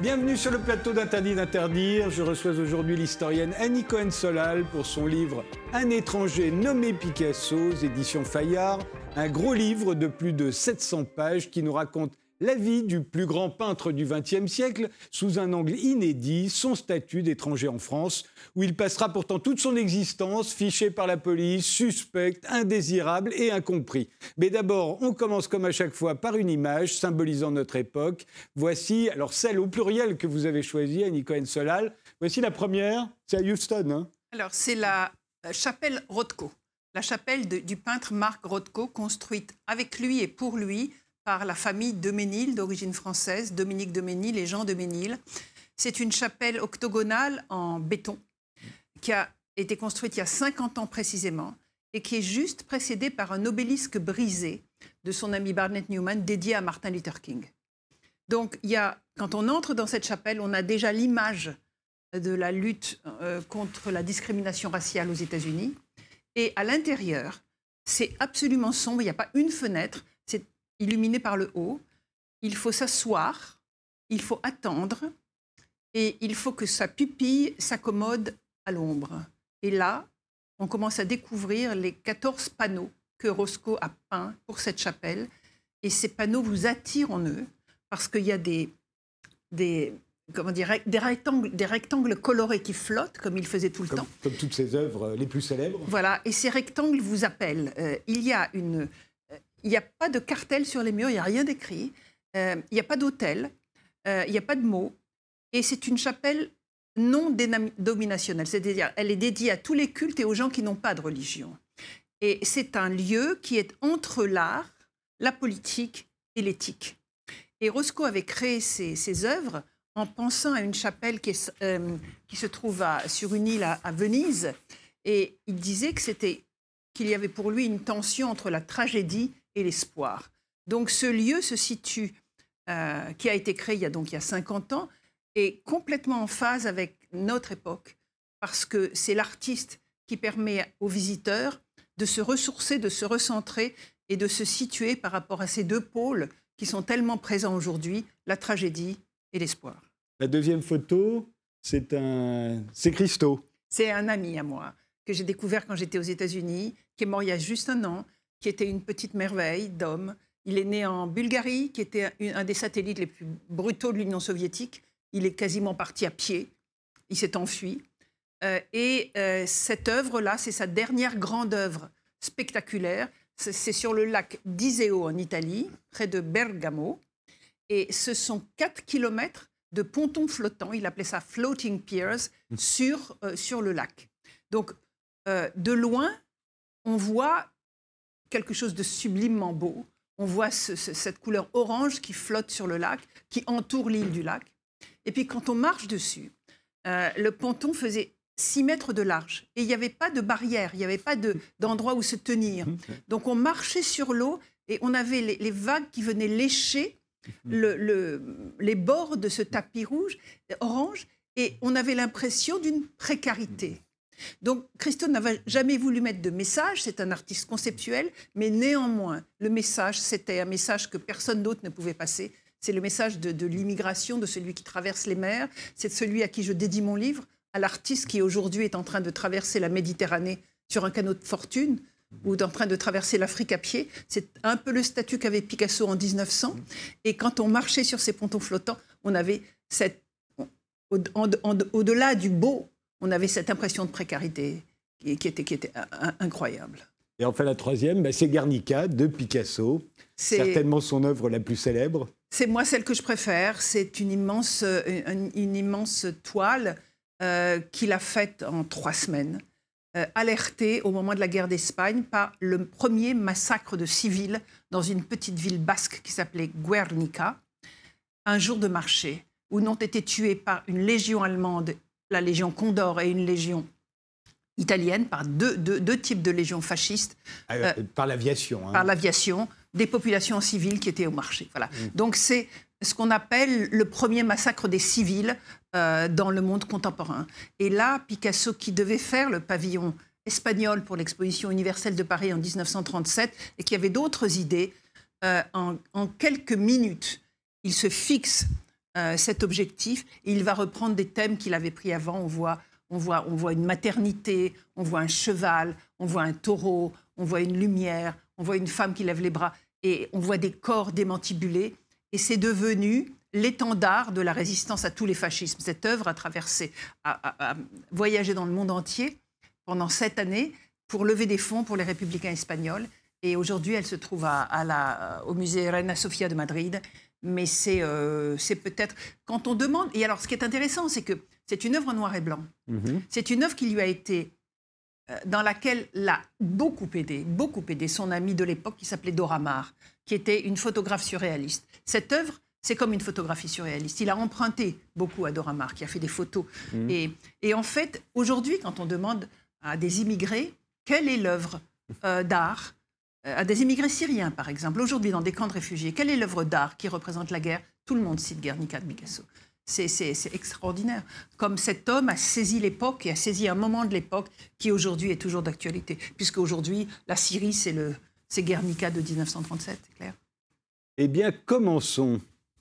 Bienvenue sur le plateau d'Interdit d'interdire. Je reçois aujourd'hui l'historienne Annie Cohen-Solal pour son livre « Un étranger nommé Picasso », aux éditions Fayard. Un gros livre de plus de 700 pages qui nous raconte la vie du plus grand peintre du XXe siècle sous un angle inédit, son statut d'étranger en France, où il passera pourtant toute son existence fiché par la police, suspect, indésirable et incompris. Mais d'abord, on commence comme à chaque fois par une image symbolisant notre époque. Voici, alors celle au pluriel que vous avez choisie, Annie Cohen-Solal. Voici la première, c'est à Houston. Hein. Alors c'est la chapelle Rothko, la chapelle du peintre Marc Rothko, construite avec lui et pour lui, par la famille de Ménil, d'origine française, Dominique de Ménil et Jean de Ménil. C'est une chapelle octogonale en béton qui a été construite il y a 50 ans précisément et qui est juste précédée par un obélisque brisé de son ami Barnett Newman dédié à Martin Luther King. Donc, quand on entre dans cette chapelle, on a déjà l'image de la lutte contre la discrimination raciale aux États-Unis. Et à l'intérieur, c'est absolument sombre, il n'y a pas une fenêtre, c'est illuminé par le haut. Il faut s'asseoir, il faut attendre et il faut que sa pupille s'accommode à l'ombre. Et là, on commence à découvrir les 14 panneaux que Rothko a peints pour cette chapelle. Et ces panneaux vous attirent en eux parce qu'il y a des rectangles colorés qui flottent, comme il faisait tout le temps. Comme toutes ses œuvres les plus célèbres. Voilà, et ces rectangles vous appellent. Il n'y a pas de cartel sur les murs, il n'y a rien d'écrit, il n'y a pas d'hôtel, il n'y a pas de mots. Et c'est une chapelle non dénominationnelle, c'est-à-dire elle est dédiée à tous les cultes et aux gens qui n'ont pas de religion. Et c'est un lieu qui est entre l'art, la politique et l'éthique. Et Rothko avait créé ses œuvres en pensant à une chapelle qui se trouve sur une île à Venise. Et il disait qu'il y avait pour lui une tension entre la tragédie et l'espoir. Donc ce lieu se situe, qui a été créé il y a 50 ans, est complètement en phase avec notre époque, parce que c'est l'artiste qui permet aux visiteurs de se ressourcer, de se recentrer et de se situer par rapport à ces deux pôles qui sont tellement présents aujourd'hui, la tragédie et l'espoir. La deuxième photo, c'est Christo. C'est un ami à moi que j'ai découvert quand j'étais aux États-Unis, qui est mort il y a juste un an, qui était une petite merveille d'homme. Il est né en Bulgarie, qui était un des satellites les plus brutaux de l'Union soviétique. Il est quasiment parti à pied. Il s'est enfui. Cette œuvre-là, c'est sa dernière grande œuvre spectaculaire. C'est sur le lac d'Iseo en Italie, près de Bergamo. Et ce sont 4 kilomètres de pontons flottants. Il appelait ça floating piers sur le lac. Donc, de loin, on voit quelque chose de sublimement beau. On voit cette couleur orange qui flotte sur le lac, qui entoure l'île du lac. Et puis quand on marche dessus, le ponton faisait 6 mètres de large. Et il n'y avait pas de barrière, il n'y avait pas d'endroit où se tenir. Donc on marchait sur l'eau et on avait les vagues qui venaient lécher les bords de ce tapis orange. Et on avait l'impression d'une précarité. Donc, Christo n'avait jamais voulu mettre de message, c'est un artiste conceptuel, mais néanmoins, le message, c'était un message que personne d'autre ne pouvait passer. C'est le message de l'immigration, de celui qui traverse les mers, c'est de celui à qui je dédie mon livre, à l'artiste qui aujourd'hui est en train de traverser la Méditerranée sur un canot de fortune, ou en train de traverser l'Afrique à pied. C'est un peu le statut qu'avait Picasso en 1900. Et quand on marchait sur ces pontons flottants, on avait au-delà du beau, on avait cette impression de précarité qui était incroyable. Et enfin, la troisième, c'est Guernica de Picasso. Certainement son œuvre la plus célèbre. C'est moi celle que je préfère. C'est une immense toile qu'il a faite en 3 semaines, alertée au moment de la guerre d'Espagne par le premier massacre de civils dans une petite ville basque qui s'appelait Guernica, un jour de marché, où n'ont été tués par une légion allemande, la Légion Condor, et une légion italienne, par deux types de légions fascistes. Par l'aviation. Par l'aviation, des populations civiles qui étaient au marché. Voilà. Donc c'est ce qu'on appelle le premier massacre des civils dans le monde contemporain. Et là, Picasso, qui devait faire le pavillon espagnol pour l'exposition universelle de Paris en 1937, et qui avait d'autres idées, en quelques minutes, il se fixe cet objectif. Et il va reprendre des thèmes qu'il avait pris avant. On voit une maternité, on voit un cheval, on voit un taureau, on voit une lumière, on voit une femme qui lève les bras et on voit des corps démantibulés. Et c'est devenu l'étendard de la résistance à tous les fascismes. Cette œuvre a voyagé dans le monde entier pendant 7 années pour lever des fonds pour les républicains espagnols. Et aujourd'hui, elle se trouve au musée Reina Sofia de Madrid. Mais c'est peut-être... Quand on demande... Et alors, ce qui est intéressant, c'est que c'est une œuvre en noir et blanc. C'est une œuvre qui lui a été... dans laquelle l'a beaucoup aidé son ami de l'époque qui s'appelait Dora Maar, qui était une photographe surréaliste. Cette œuvre, c'est comme une photographie surréaliste. Il a emprunté beaucoup à Dora Maar, qui a fait des photos. Et en fait, aujourd'hui, quand on demande à des immigrés quelle est l'œuvre d'art, à des immigrés syriens, par exemple, aujourd'hui dans des camps de réfugiés, quelle est l'œuvre d'art qui représente la guerre? Tout le monde cite Guernica de Picasso. C'est extraordinaire. Comme cet homme a saisi l'époque et a saisi un moment de l'époque qui aujourd'hui est toujours d'actualité. Puisque aujourd'hui, la Syrie, c'est Guernica de 1937, c'est clair. Eh bien, commençons.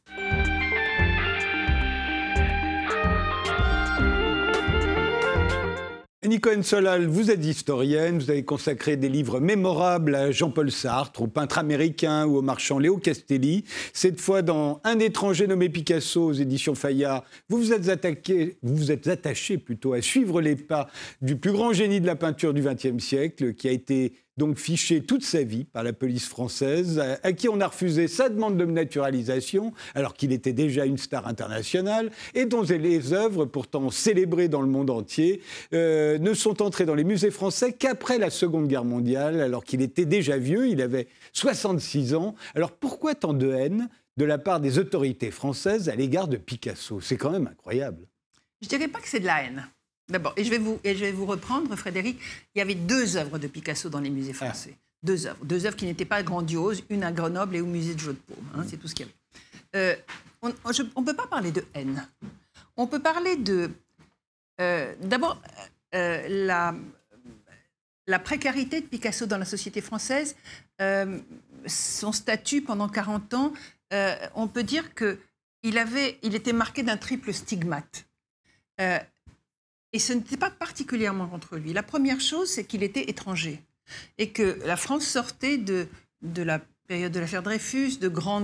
Annie Cohen-Solal, vous êtes historienne, vous avez consacré des livres mémorables à Jean-Paul Sartre, au peintre américain ou au marchand Léo Castelli. Cette fois, dans Un étranger nommé Picasso aux éditions Fayard, vous vous êtes attaché plutôt à suivre les pas du plus grand génie de la peinture du XXe siècle, qui a été donc fiché toute sa vie par la police française, à qui on a refusé sa demande de naturalisation, alors qu'il était déjà une star internationale, et dont les œuvres, pourtant célébrées dans le monde entier, ne sont entrées dans les musées français qu'après la Seconde Guerre mondiale, alors qu'il était déjà vieux, il avait 66 ans. Alors pourquoi tant de haine de la part des autorités françaises à l'égard de Picasso? C'est quand même incroyable. Je ne dirais pas que c'est de la haine. D'abord, et je vais vous reprendre, Frédéric, il y avait 2 œuvres de Picasso dans les musées français. 2 œuvres qui n'étaient pas grandioses, une à Grenoble et au musée de Jeu de Paume. C'est tout ce qu'il y avait. On ne peut pas parler de haine. On peut parler de... D'abord, la précarité de Picasso dans la société française, son statut pendant 40 ans, on peut dire qu'il était marqué d'un triple stigmate. Et ce n'était pas particulièrement contre lui. La première chose, c'est qu'il était étranger. Et que la France sortait de la période de l'affaire Dreyfus, de grands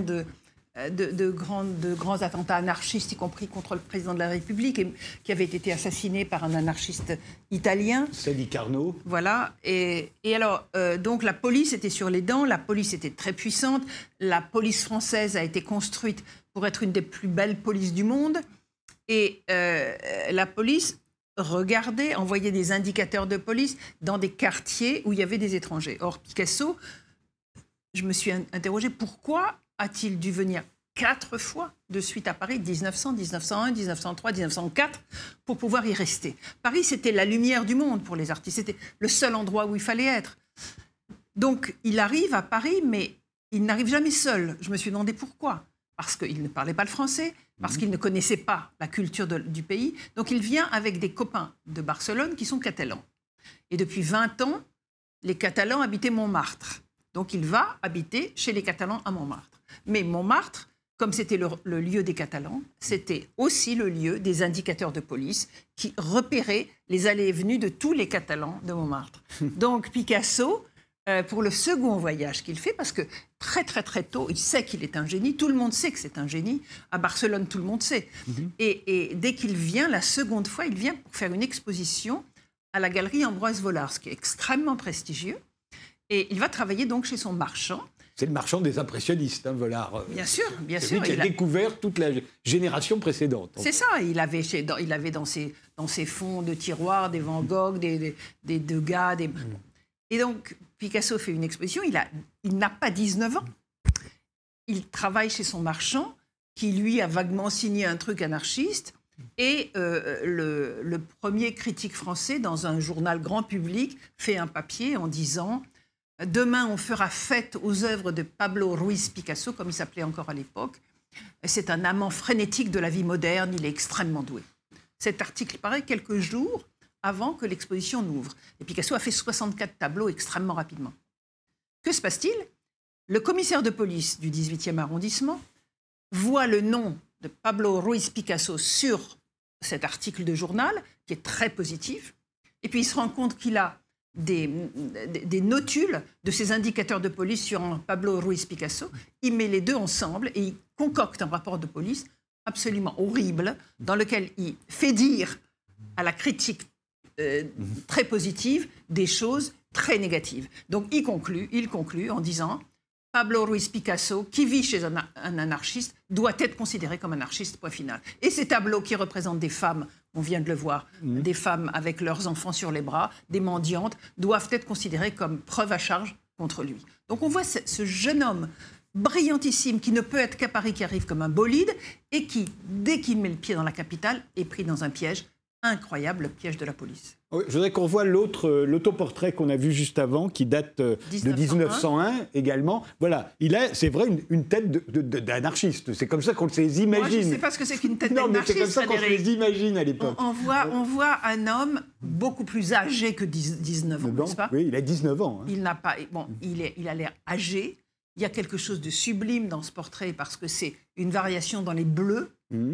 attentats anarchistes, y compris contre le président de la République, qui avait été assassiné par un anarchiste italien. Sadi Carnot. Voilà. Et alors, donc la police était sur les dents, la police était très puissante, la police française a été construite pour être une des plus belles polices du monde. Et la police envoyait des indicateurs de police dans des quartiers où il y avait des étrangers. Or, Picasso, je me suis interrogée, pourquoi a-t-il dû venir 4 fois de suite à Paris, 1900, 1901, 1903, 1904, pour pouvoir y rester? Paris, c'était la lumière du monde pour les artistes. C'était le seul endroit où il fallait être. Donc, il arrive à Paris, mais il n'arrive jamais seul. Je me suis demandé pourquoi. Parce qu'il ne parlait pas le français, parce qu'il ne connaissait pas la culture du pays. Donc, il vient avec des copains de Barcelone qui sont catalans. Et depuis 20 ans, les Catalans habitaient Montmartre. Donc, il va habiter chez les Catalans à Montmartre. Mais Montmartre, comme c'était le lieu des Catalans, c'était aussi le lieu des indicateurs de police qui repéraient les allées et venues de tous les Catalans de Montmartre. Donc, Picasso, pour le second voyage qu'il fait, parce que très, très, très tôt, il sait qu'il est un génie. Tout le monde sait que c'est un génie. À Barcelone, tout le monde sait. Et dès qu'il vient, la seconde fois, il vient pour faire une exposition à la galerie Ambroise Vollard, ce qui est extrêmement prestigieux. Et il va travailler donc chez son marchand. C'est le marchand des impressionnistes, Vollard. Bien sûr, bien sûr. C'est lui qui a découvert toute la génération précédente. C'est ça. Il avait dans ses fonds de tiroirs des Van Gogh, des Degas, des... Et donc, Picasso fait une exposition, il n'a pas 19 ans. Il travaille chez son marchand, qui lui a vaguement signé un truc anarchiste. Et le premier critique français, dans un journal grand public, fait un papier en disant « Demain, on fera fête aux œuvres de Pablo Ruiz Picasso », comme il s'appelait encore à l'époque. C'est un amant frénétique de la vie moderne, il est extrêmement doué. Cet article paraît quelques jours avant que l'exposition n'ouvre. Et Picasso a fait 64 tableaux extrêmement rapidement. Que se passe-t-il? Le commissaire de police du 18e arrondissement voit le nom de Pablo Ruiz Picasso sur cet article de journal, qui est très positif. Et puis il se rend compte qu'il a des notules de ces indicateurs de police sur un Pablo Ruiz Picasso. Il met les deux ensemble et il concocte un rapport de police absolument horrible, dans lequel il fait dire à la critique très positive des choses très négatives. Donc il conclut en disant Pablo Ruiz Picasso, qui vit chez un anarchiste, doit être considéré comme anarchiste, point final. Et ces tableaux qui représentent des femmes, on vient de le voir, des femmes avec leurs enfants sur les bras, des mendiantes, doivent être considérés comme preuve à charge contre lui. Donc on voit ce jeune homme brillantissime qui ne peut être qu'à Paris, qui arrive comme un bolide et qui, dès qu'il met le pied dans la capitale, est pris dans un piège incroyable, le piège de la police. Oui, je voudrais qu'on voit l'autoportrait qu'on a vu juste avant, qui date de 1901 également. Voilà, il a, c'est vrai, une tête d'anarchiste. C'est comme ça qu'on les imagine. Moi, je ne sais pas ce que c'est qu'une tête d'anarchiste. Non, mais c'est comme ça qu'on se les imagine à l'époque. On voit un homme beaucoup plus âgé que 19 ans, n'est-ce pas ? Oui, il a 19 ans. Il n'a pas, bon, il a l'air âgé. Il y a quelque chose de sublime dans ce portrait parce que c'est une variation dans les bleus.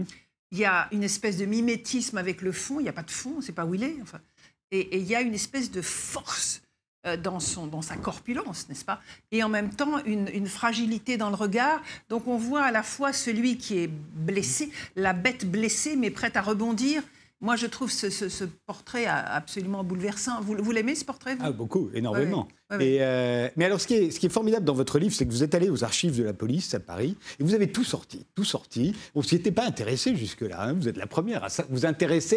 Il y a une espèce de mimétisme avec le fond. Il n'y a pas de fond, on ne sait pas où il est. Enfin. Et il y a une espèce de force dans sa corpulence, n'est-ce pas ? Et en même temps, une fragilité dans le regard. Donc on voit à la fois celui qui est blessé, la bête blessée, mais prête à rebondir. Moi, je trouve ce portrait absolument bouleversant. Vous l'aimez, ce portrait, vous ? Beaucoup, énormément. Oui. Mais alors, ce qui est formidable dans votre livre, c'est que vous êtes allé aux archives de la police à Paris et vous avez tout sorti. On ne s'y était pas intéressé jusque-là. Vous êtes la première à vous intéresser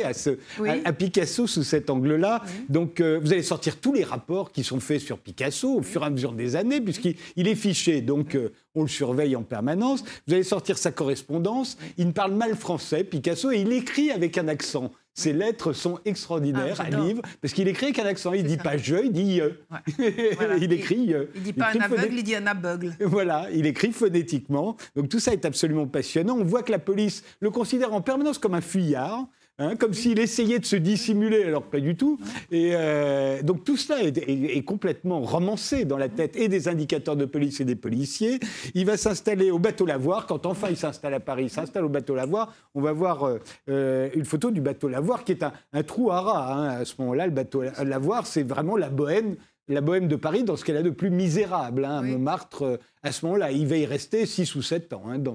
à Picasso sous cet angle-là. Oui. Donc, vous allez sortir tous les rapports qui sont faits sur Picasso au fur et à mesure des années, puisqu'il est fiché. Donc, on le surveille en permanence. Vous allez sortir sa correspondance. Il ne parle mal français, Picasso, et il écrit avec un accent. Ses lettres sont extraordinaires à livre, parce qu'il écrit avec un accent. Il ne dit pas « je », il dit « ouais. ». Voilà. Il écrit... Il ne dit pas un aveugle, il dit un aveugle. Voilà, il écrit phonétiquement. Donc tout ça est absolument passionnant. On voit que la police le considère en permanence comme un fuyard, comme s'il essayait de se dissimuler, alors pas du tout. Et donc tout cela est complètement romancé dans la tête et des indicateurs de police et des policiers. Il va s'installer au bateau Lavoir. Quand enfin il s'installe à Paris, il s'installe au bateau Lavoir. On va voir une photo du bateau Lavoir qui est un trou à rats. À ce moment-là, le bateau Lavoir, c'est vraiment la bohème de Paris dans ce qu'elle a de plus misérable. Montmartre, à ce moment-là, il va y rester 6 ou 7 ans dans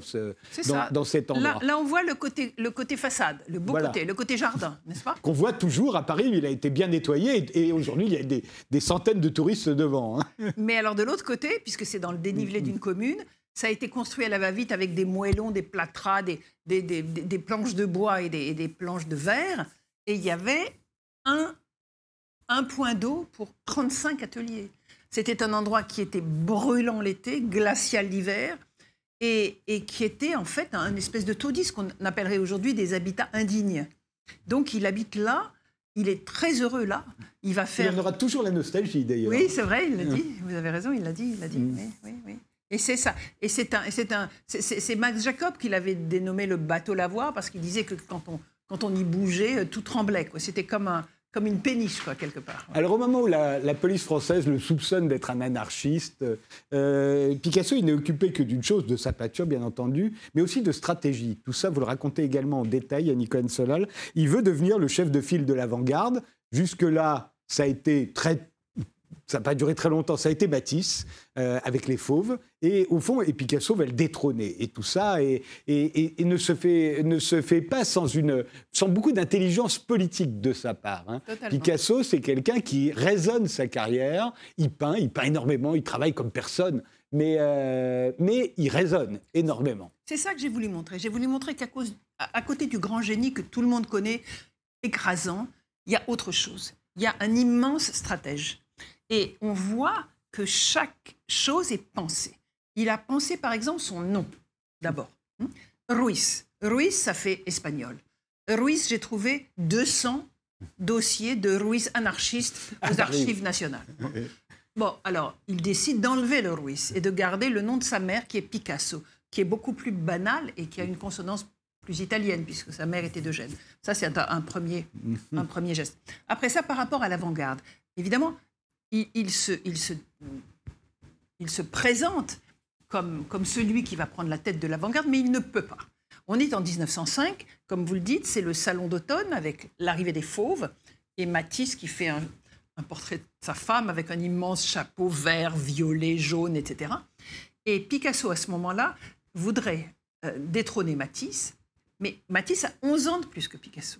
cet endroit. Là, on voit le côté façade, le beau côté, le côté jardin, n'est-ce pas ? Qu'on voit toujours à Paris, il a été bien nettoyé et aujourd'hui, il y a des centaines de touristes devant. Mais alors de l'autre côté, puisque c'est dans le dénivelé d'une commune, ça a été construit à la va-vite avec des moellons, des plâtras, des planches de bois et des planches de verre. Et il y avait un point d'eau pour 35 ateliers. C'était un endroit qui était brûlant l'été, glacial l'hiver, et qui était en fait un espèce de taudis, ce qu'on appellerait aujourd'hui des habitats indignes. Donc il habite là, il est très heureux là. Il en aura toujours la nostalgie d'ailleurs. Oui, c'est vrai, il l'a dit. Vous avez raison, il l'a dit. Oui. Et c'est ça. Et c'est Max Jacob qui l'avait dénommé le bateau Lavoir parce qu'il disait que quand on y bougeait, tout tremblait. C'était comme une péniche, quelque part. Alors, au moment où la police française le soupçonne d'être un anarchiste, Picasso, il n'est occupé que d'une chose, de sa peinture, bien entendu, mais aussi de stratégie. Tout ça, vous le racontez également en détail, Annie Cohen-Solal. Il veut devenir le chef de file de l'avant-garde. Jusque-là, ça n'a pas duré très longtemps, ça a été Matisse, avec les Fauves. Et au fond, Picasso va le détrôner. Et tout ça ne se fait pas sans beaucoup d'intelligence politique de sa part. Picasso, c'est quelqu'un qui raisonne sa carrière. Il peint énormément, il travaille comme personne. Mais il raisonne énormément. C'est ça que j'ai voulu montrer. J'ai voulu montrer qu'à côté du grand génie que tout le monde connaît, écrasant, il y a autre chose. Il y a un immense stratège. Et on voit que chaque chose est pensée. Il a pensé, par exemple, son nom, d'abord. Ruiz. Ruiz, ça fait espagnol. Ruiz, j'ai trouvé 200 dossiers de Ruiz anarchistes aux archives nationales. Bon, alors, il décide d'enlever le Ruiz et de garder le nom de sa mère, qui est Picasso, qui est beaucoup plus banal et qui a une consonance plus italienne, puisque sa mère était de Gênes. Ça, c'est un premier geste. Après ça, par rapport à l'avant-garde, évidemment, il se présente comme celui qui va prendre la tête de l'avant-garde, mais il ne peut pas. On est en 1905, comme vous le dites, c'est le salon d'automne avec l'arrivée des fauves et Matisse qui fait un portrait de sa femme avec un immense chapeau vert, violet, jaune, etc. Et Picasso, à ce moment-là, voudrait détrôner Matisse, mais Matisse a 11 ans de plus que Picasso.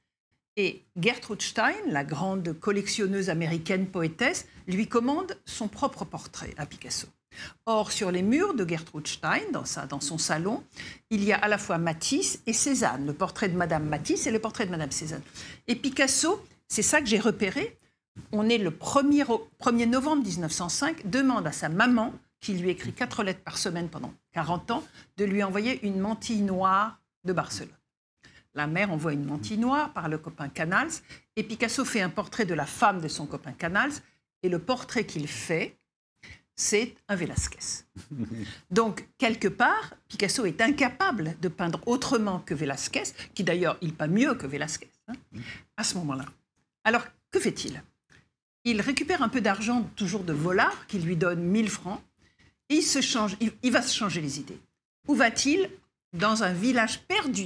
Et Gertrude Stein, la grande collectionneuse américaine poétesse, lui commande son propre portrait à Picasso. Or, sur les murs de Gertrude Stein, dans son salon, il y a à la fois Matisse et Cézanne, le portrait de Madame Matisse et le portrait de Madame Cézanne. Et Picasso, c'est ça que j'ai repéré, on est le 1er novembre 1905, demande à sa maman, qui lui écrit 4 lettres par semaine pendant 40 ans, de lui envoyer une mantille noire de Barcelone. La mère envoie une mantille noire par le copain Canals, et Picasso fait un portrait de la femme de son copain Canals, et le portrait qu'il fait, c'est un Velázquez. Donc, quelque part, Picasso est incapable de peindre autrement que Velázquez, qui d'ailleurs, il peint mieux que Velázquez, à ce moment-là. Alors, que fait-il ? Il récupère un peu d'argent, toujours de Vollard, qui lui donne 1000 francs, et il va se changer les idées. Où va-t-il ? Dans un village perdu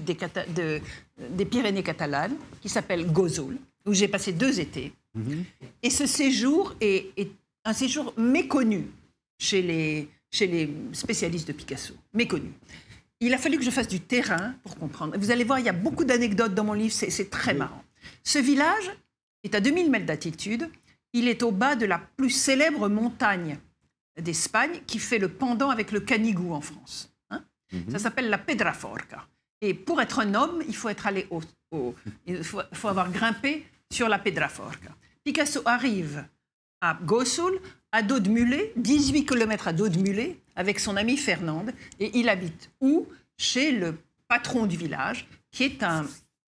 des Pyrénées catalanes, qui s'appelle Gósol, où j'ai passé 2 étés. Et ce séjour est un séjour méconnu chez les spécialistes de Picasso. Méconnu. Il a fallu que je fasse du terrain pour comprendre. Vous allez voir, il y a beaucoup d'anecdotes dans mon livre, c'est très marrant. Ce village est à 2000 mètres d'altitude. Il est au bas de la plus célèbre montagne d'Espagne, qui fait le pendant avec le Canigou en France. Ça s'appelle la Pedraforca. Et pour être un homme, il faut être allé il faut avoir grimpé sur la Pedraforca. Picasso arrive à Gósol, à dos de mulet, 18 km à dos de mulet, avec son ami Fernande. Et il habite où ? Chez le patron du village, qui est un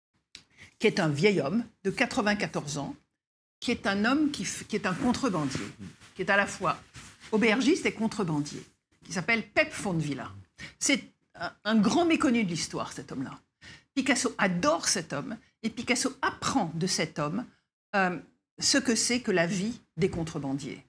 vieil homme de 94 ans, qui est un homme qui est un contrebandier, qui est à la fois aubergiste et contrebandier, qui s'appelle Pep Fontevilla. C'est un grand méconnu de l'histoire, cet homme-là. Picasso adore cet homme, et Picasso apprend de cet homme ce que c'est que la vie des contrebandiers.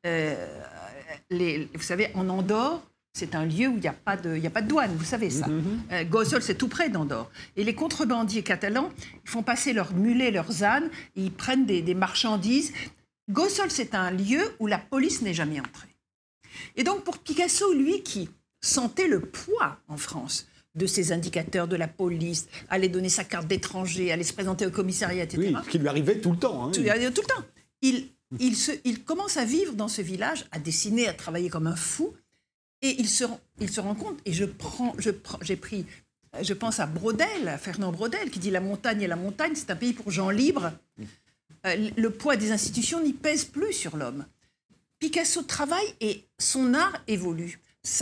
Vous savez, en Andorre, c'est un lieu où il n'y a pas de douane, vous savez ça. Gósol, c'est tout près d'Andorre. Et les contrebandiers catalans, ils font passer leurs mulets, leurs ânes, et ils prennent des marchandises. Gósol, c'est un lieu où la police n'est jamais entrée. Et donc, pour Picasso, lui qui sentait le poids en France de ces indicateurs de la police, allait donner sa carte d'étranger, allait se présenter au commissariat, etc. Oui, ce qui lui arrivait tout le temps. Hein. Tout le temps. Il commence à vivre dans ce village, à dessiner, à travailler comme un fou, et il se rend compte, et je pense à Braudel, à Fernand Braudel, qui dit « La montagne et la montagne, c'est un pays pour gens libres ». Le poids des institutions n'y pèse plus sur l'homme. Picasso travaille et son art évolue. Si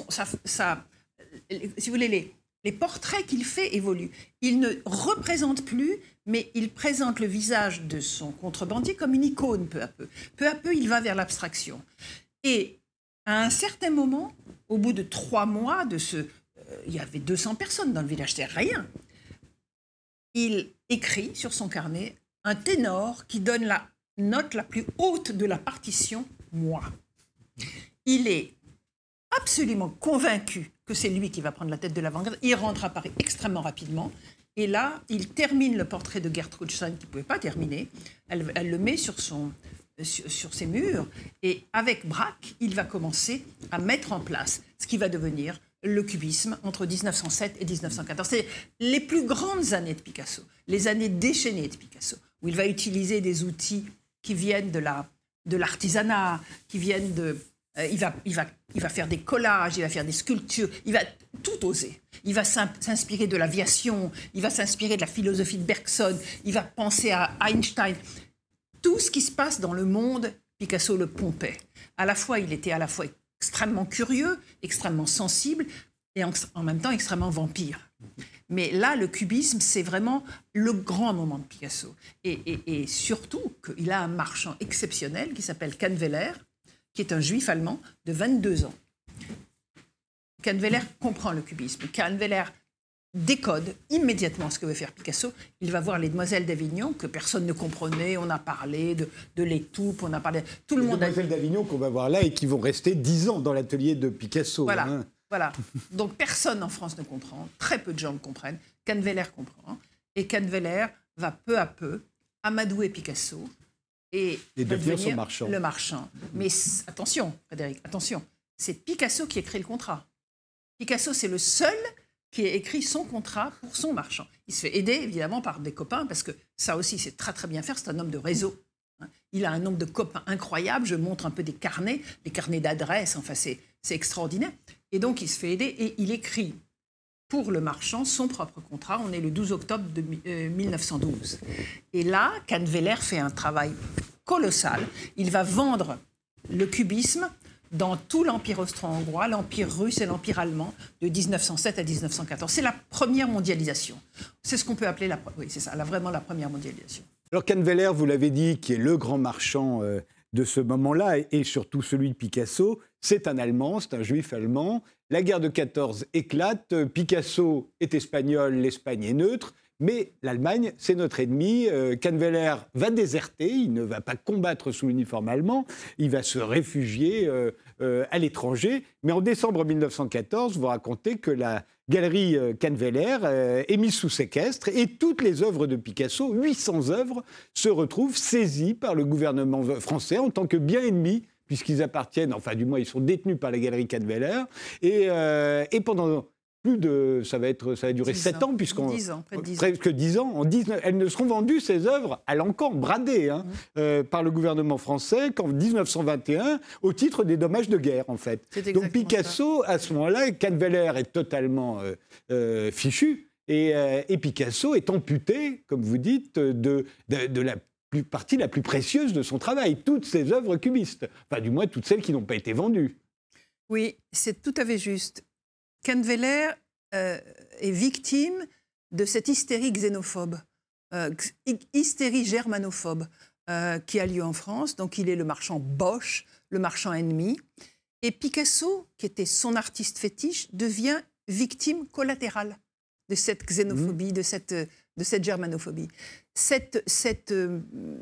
vous voulez, les portraits qu'il fait évoluent. Il ne représente plus, mais il présente le visage de son contrebandier comme une icône peu à peu. Peu à peu, il va vers l'abstraction. Et à un certain moment, au bout de 3 mois, il y avait 200 personnes dans le village, c'est rien. Il écrit sur son carnet un ténor qui donne la note la plus haute de la partition, moi. Il est absolument convaincu que c'est lui qui va prendre la tête de l'avant-garde. Il rentre à Paris extrêmement rapidement. Et là, il termine le portrait de Gertrude Stein, qu'il ne pouvait pas terminer. Elle le met sur ses murs. Et avec Braque, il va commencer à mettre en place ce qui va devenir le cubisme entre 1907 et 1914. C'est les plus grandes années de Picasso, les années déchaînées de Picasso, où il va utiliser des outils qui viennent de l'artisanat, qui viennent de... Il va faire des collages, il va faire des sculptures, il va tout oser. Il va s'inspirer de l'aviation, il va s'inspirer de la philosophie de Bergson, il va penser à Einstein. Tout ce qui se passe dans le monde, Picasso le pompait. Il était à la fois extrêmement curieux, extrêmement sensible et en même temps extrêmement vampire. Mais là, le cubisme, c'est vraiment le grand moment de Picasso. Et surtout qu'il a un marchand exceptionnel qui s'appelle Kahnweiler, qui est un juif allemand de 22 ans. Kahnweiler comprend le cubisme. Kahnweiler décode immédiatement ce que veut faire Picasso. Il va voir les Demoiselles d'Avignon, que personne ne comprenait. On a parlé de l'étoupe, on a parlé... Tout le monde Demoiselles d'Avignon qu'on va voir là et qui vont rester 10 ans dans l'atelier de Picasso. Voilà. Hein. Voilà. Donc personne en France ne comprend, très peu de gens le comprennent. Canneveller comprend. Et Canneveller va peu à peu amadouer Picasso et devenir son marchand. Le marchand. Mais attention, Frédéric, attention, c'est Picasso qui écrit le contrat. Picasso, c'est le seul qui a écrit son contrat pour son marchand. Il se fait aider, évidemment, par des copains, parce que ça aussi, c'est très, très bien faire. C'est un homme de réseau. Il a un nombre de copains incroyable. Je montre un peu des carnets d'adresses. Enfin, c'est extraordinaire. Et donc, il se fait aider et il écrit pour le marchand son propre contrat. On est le 12 octobre 1912. Et là, Canneveller fait un travail colossal. Il va vendre le cubisme dans tout l'Empire austro-hongrois, l'Empire russe et l'Empire allemand de 1907 à 1914. C'est la première mondialisation. C'est ce qu'on peut appeler vraiment la première mondialisation. Alors Canneveller, vous l'avez dit, qui est le grand marchand de ce moment-là, et surtout celui de Picasso, c'est un Allemand, c'est un juif allemand. La guerre de 14 éclate, Picasso est espagnol, l'Espagne est neutre, mais l'Allemagne, c'est notre ennemi. Canneveller va déserter, il ne va pas combattre sous l'uniforme allemand, il va se réfugier à l'étranger. Mais en décembre 1914, vous racontez que la galerie Canneveller est mise sous séquestre et toutes les œuvres de Picasso, 800 œuvres, se retrouvent saisies par le gouvernement français en tant que bien ennemis, puisqu'ils appartiennent, enfin du moins ils sont détenus par la galerie Canneveller. Et pendant ça va durer 7 ans, puisqu'on... 10 ans, près de 10 ans. Presque 10 ans. Elles ne seront vendues, ces œuvres, à l'encan, bradées, par le gouvernement français, qu'en 1921, au titre des dommages de guerre, en fait. Donc Picasso, à ce moment-là, Canneveller est totalement fichu, et Picasso est amputé, comme vous dites, de la partie la plus précieuse de son travail, toutes ses œuvres cubistes. Enfin, du moins, toutes celles qui n'ont pas été vendues. Oui, c'est tout à fait juste. Canneveller est victime de cette hystérie xénophobe, hystérie germanophobe qui a lieu en France. Donc il est le marchand Bosch, le marchand ennemi. Et Picasso, qui était son artiste fétiche, devient victime collatérale de cette xénophobie, de cette germanophobie. Ce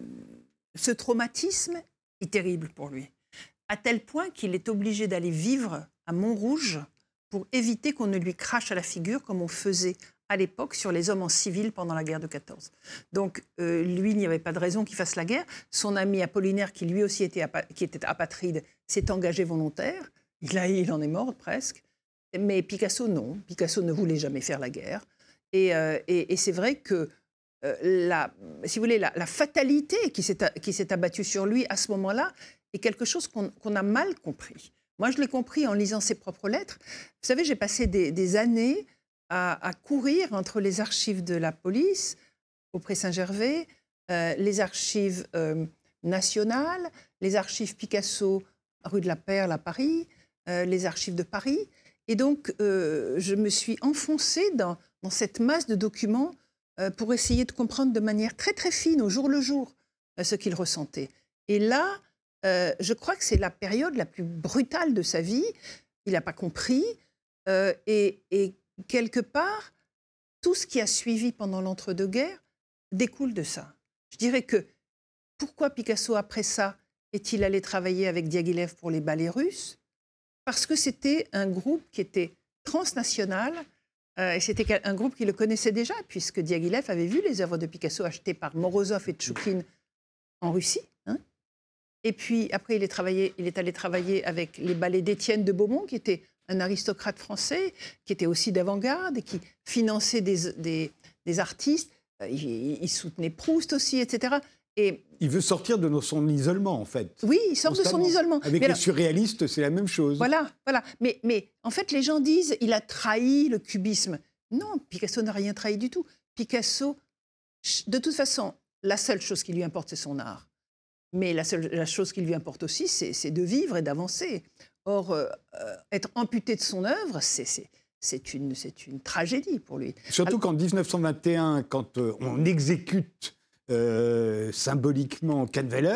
traumatisme est terrible pour lui, à tel point qu'il est obligé d'aller vivre à Montrouge pour éviter qu'on ne lui crache à la figure comme on faisait à l'époque sur les hommes en civil pendant la guerre de 14. Donc, lui, il n'y avait pas de raison qu'il fasse la guerre. Son ami Apollinaire, qui lui aussi était apatride, s'est engagé volontaire. Il en est mort presque. Mais Picasso, non. Picasso ne voulait jamais faire la guerre. Et c'est vrai que si vous voulez, la fatalité qui s'est abattue sur lui à ce moment-là est quelque chose qu'on a mal compris. Moi, je l'ai compris en lisant ses propres lettres. Vous savez, j'ai passé des années à courir entre les archives de la police, au Pré Saint-Gervais, les archives nationales, les archives Picasso, rue de la Perle à Paris, les archives de Paris. Et donc, je me suis enfoncée dans cette masse de documents pour essayer de comprendre de manière très, très fine, au jour le jour, ce qu'il ressentait. Et là, je crois que c'est la période la plus brutale de sa vie. Il n'a pas compris. Et quelque part, tout ce qui a suivi pendant l'entre-deux-guerres découle de ça. Je dirais que pourquoi Picasso, après ça, est-il allé travailler avec Diaghilev pour les ballets russes ? Parce que c'était un groupe qui était transnational. Et c'était un groupe qui le connaissait déjà, puisque Diaghilev avait vu les œuvres de Picasso achetées par Morozov et Tchoukine en Russie. Et puis, après, il est allé travailler avec les ballets d'Étienne de Beaumont, qui était un aristocrate français, qui était aussi d'avant-garde et qui finançait des artistes. Il soutenait Proust aussi, etc. Et il veut sortir de son isolement, en fait. Oui, il sort de son isolement. Avec les surréalistes, c'est la même chose. Voilà. Mais en fait, les gens disent il a trahi le cubisme. Non, Picasso n'a rien trahi du tout. Picasso, de toute façon, la seule chose qui lui importe, c'est son art. Mais la chose qui lui importe aussi, c'est de vivre et d'avancer. Or, être amputé de son œuvre, c'est une tragédie pour lui. Surtout qu'en 1921, quand on exécute symboliquement Canneveller,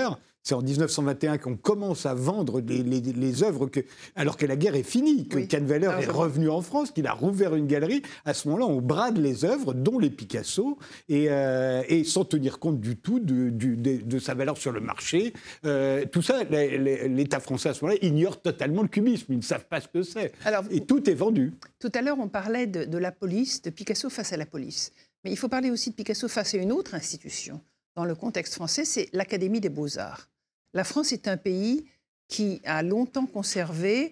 C'est en 1921 qu'on commence à vendre les œuvres, alors que la guerre est finie, que Kahnweiler est revenu en France, qu'il a rouvert une galerie. À ce moment-là, on brade les œuvres, dont les Picasso, et sans tenir compte du tout de sa valeur sur le marché. Tout ça, l'État français, à ce moment-là, ignore totalement le cubisme. Ils ne savent pas ce que c'est. Et tout est vendu. Tout à l'heure, on parlait de la police, de Picasso face à la police. Mais il faut parler aussi de Picasso face à une autre institution. Dans le contexte français, c'est l'Académie des Beaux-Arts. La France est un pays qui a longtemps conservé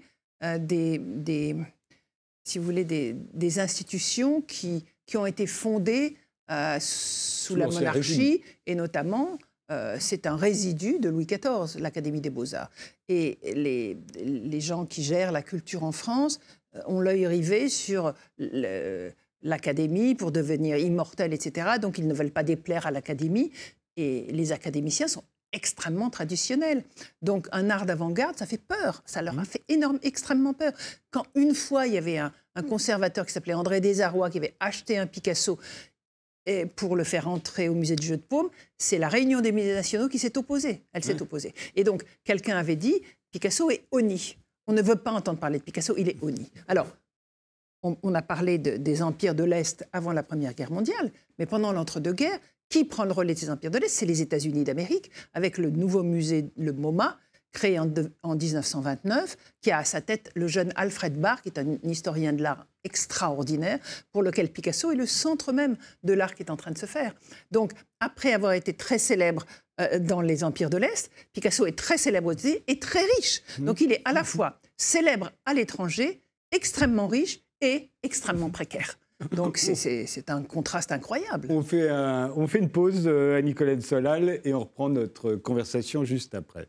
si vous voulez, des institutions qui ont été fondées sous la monarchie, et notamment, c'est un résidu de Louis XIV, l'Académie des Beaux-Arts. Et les gens qui gèrent la culture en France ont l'œil rivé sur l'Académie pour devenir immortels, etc. Donc, ils ne veulent pas déplaire à l'Académie. Et les académiciens sont extrêmement traditionnels. Donc, un art d'avant-garde, ça fait peur. Ça leur a fait extrêmement peur. Quand une fois, il y avait un conservateur qui s'appelait André Desarrois qui avait acheté un Picasso pour le faire entrer au musée du Jeu de Paume, c'est la réunion des musées nationaux qui s'est opposée. Elle s'est opposée. Et donc, quelqu'un avait dit, Picasso est honni. On ne veut pas entendre parler de Picasso, il est honni. Alors, on a parlé des empires de l'Est avant la Première Guerre mondiale, mais pendant l'entre-deux-guerres, qui prend le relais de ces empires de l'Est? C'est les États-Unis d'Amérique, avec le nouveau musée, le MoMA, créé en 1929, qui a à sa tête le jeune Alfred Barr, qui est un historien de l'art extraordinaire, pour lequel Picasso est le centre même de l'art qui est en train de se faire. Donc, après avoir été très célèbre dans les empires de l'Est, Picasso est très célèbre aux États-Unis et très riche. Donc, il est à la fois célèbre à l'étranger, extrêmement riche et extrêmement précaire. Donc, c'est un contraste incroyable. On fait une pause à Nicolaine Solal et on reprend notre conversation juste après.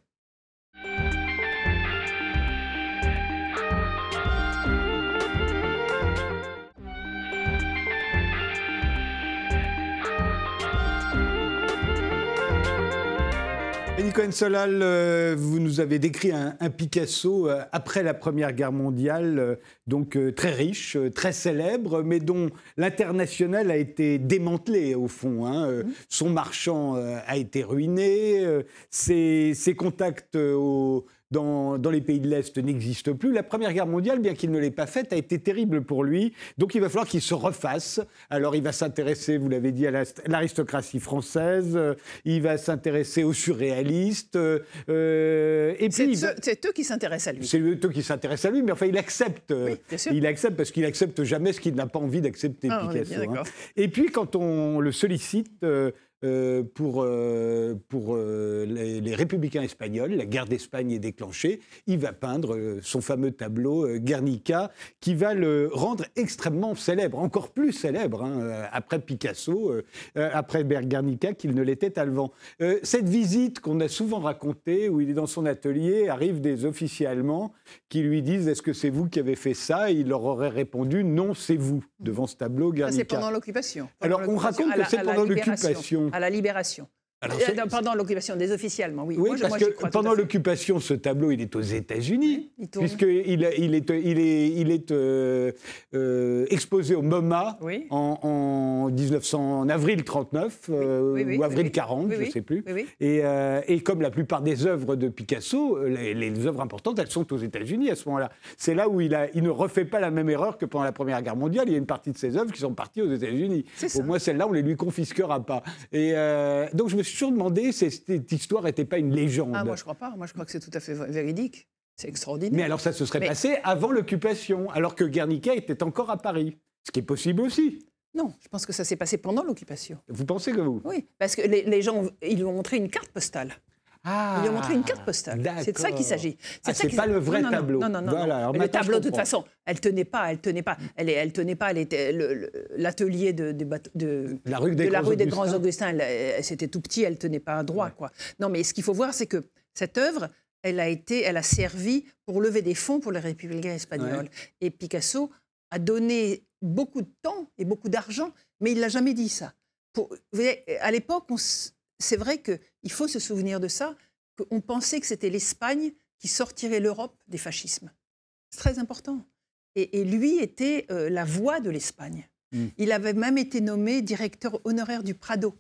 Annie Cohen-Solal, vous nous avez décrit un Picasso après la Première Guerre mondiale, donc très riche, très célèbre, mais dont l'international a été démantelé au fond. Son marchand a été ruiné, ses contacts dans les pays de l'Est n'existe plus. La Première Guerre mondiale, bien qu'il ne l'ait pas faite, a été terrible pour lui. Donc il va falloir qu'il se refasse. Alors il va s'intéresser, vous l'avez dit, à l'aristocratie française. Il va s'intéresser aux surréalistes. Et puis c'est eux qui s'intéressent à lui. C'est eux qui s'intéressent à lui, mais enfin il accepte. Oui, bien sûr. Il accepte parce qu'il n'accepte jamais ce qu'il n'a pas envie d'accepter, Picasso. Et puis quand on le sollicite pour les républicains espagnols, la guerre d'Espagne est déclenchée, il va peindre son fameux tableau Guernica, qui va le rendre extrêmement célèbre, encore plus célèbre après Picasso, après Guernica, qu'il ne l'était avant. Cette visite qu'on a souvent racontée, où il est dans son atelier, arrivent des officiers allemands qui lui disent « Est-ce que c'est vous qui avez fait ça » Et il leur aurait répondu « Non, c'est vous » devant ce tableau Guernica. Ça, c'est pendant l'occupation. Alors, on raconte que c'est pendant l'occupation. À la libération. Alors, pendant l'occupation des officiers allemands, oui. Oui, parce que pendant l'occupation, ce tableau, il est aux États-Unis, puisqu'il est exposé au MoMA en avril 39 ou avril 40, je ne sais plus. Et comme la plupart des œuvres de Picasso, les œuvres importantes, elles sont aux États-Unis à ce moment-là. C'est là où il ne refait pas la même erreur que pendant la Première Guerre mondiale. Il y a une partie de ses œuvres qui sont parties aux États-Unis. Au moins, celle-là, on ne les lui confisquera pas. Et donc, je me suis toujours demandé si cette histoire n'était pas une légende. Ah, moi, je ne crois pas. Moi, je crois que c'est tout à fait véridique. C'est extraordinaire. Mais alors, ça se serait passé avant l'occupation, alors que Guernica était encore à Paris. Ce qui est possible aussi. Non, je pense que ça s'est passé pendant l'occupation. Vous pensez que vous? Oui, parce que les gens, ils lui ont montré une carte postale. Ils lui ont montré une carte postale. C'est de ça qu'il s'agit. C'est pas le vrai tableau. Non. Voilà, le tableau, de toute façon, elle tenait pas. Elle tenait pas. Elle était l'atelier de la rue des Grands Augustins. C'était tout petit. Elle tenait pas droit, quoi. Non, mais ce qu'il faut voir, c'est que cette œuvre, elle a servi pour lever des fonds pour les républicains espagnols. Et Picasso a donné beaucoup de temps et beaucoup d'argent, mais il l'a jamais dit ça. Vous voyez, à l'époque, c'est vrai qu'il faut se souvenir de ça, qu'on pensait que c'était l'Espagne qui sortirait l'Europe des fascismes. C'est très important. Et lui était la voix de l'Espagne. Il avait même été nommé directeur honoraire du Prado.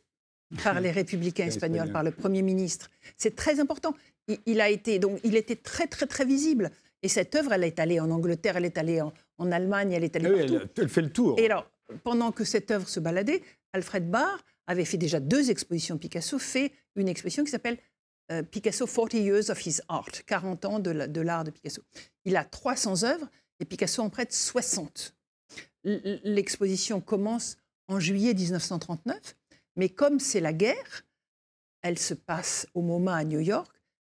par les républicains espagnols, par le Premier ministre. C'est très important. Il était très, très, très visible. Et cette œuvre, elle est allée en Angleterre, elle est allée en Allemagne, elle est allée partout. Elle fait le tour. Et alors, pendant que cette œuvre se baladait, Alfred Barr avait fait déjà 2 expositions Picasso, fait une exposition qui s'appelle Picasso 40 Years of His Art, 40 ans de l'art de Picasso. Il a 300 œuvres et Picasso en prête 60. L'exposition commence en juillet 1939, mais comme c'est la guerre, elle se passe au MoMA à New York.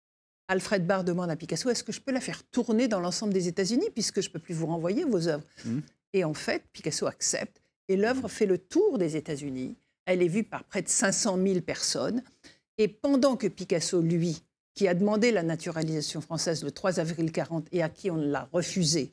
Alfred Barr demande à Picasso, est-ce que je peux la faire tourner dans l'ensemble des États-Unis puisque je ne peux plus vous renvoyer vos œuvres. Et en fait, Picasso accepte et l'œuvre fait le tour des États-Unis. Elle est vue par près de 500 000 personnes. Et pendant que Picasso, lui, qui a demandé la naturalisation française le 3 avril 1940 et à qui on l'a refusé,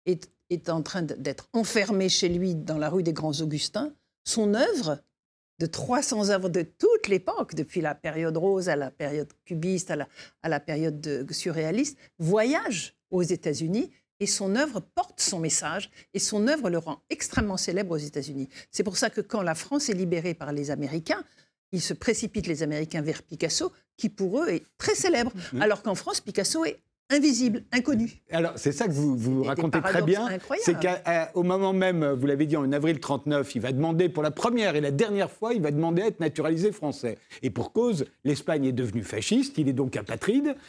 est en train d'être enfermé chez lui dans la rue des Grands Augustins, son œuvre de 300 œuvres de toute l'époque, depuis la période rose à la période cubiste, à la période surréaliste, voyage aux États-Unis et son œuvre porte son message et son œuvre le rend extrêmement célèbre aux États-Unis. C'est pour ça que quand la France est libérée par les Américains, ils se précipitent, les Américains, vers Picasso, qui pour eux est très célèbre, alors qu'en France, Picasso est invisible, inconnu. Alors, c'est ça que vous racontez très bien. C'est qu'au moment même, vous l'avez dit, en avril 1939, il va demander, pour la première et la dernière fois, il va demander à être naturalisé français. Et pour cause, l'Espagne est devenue fasciste, il est donc apatride,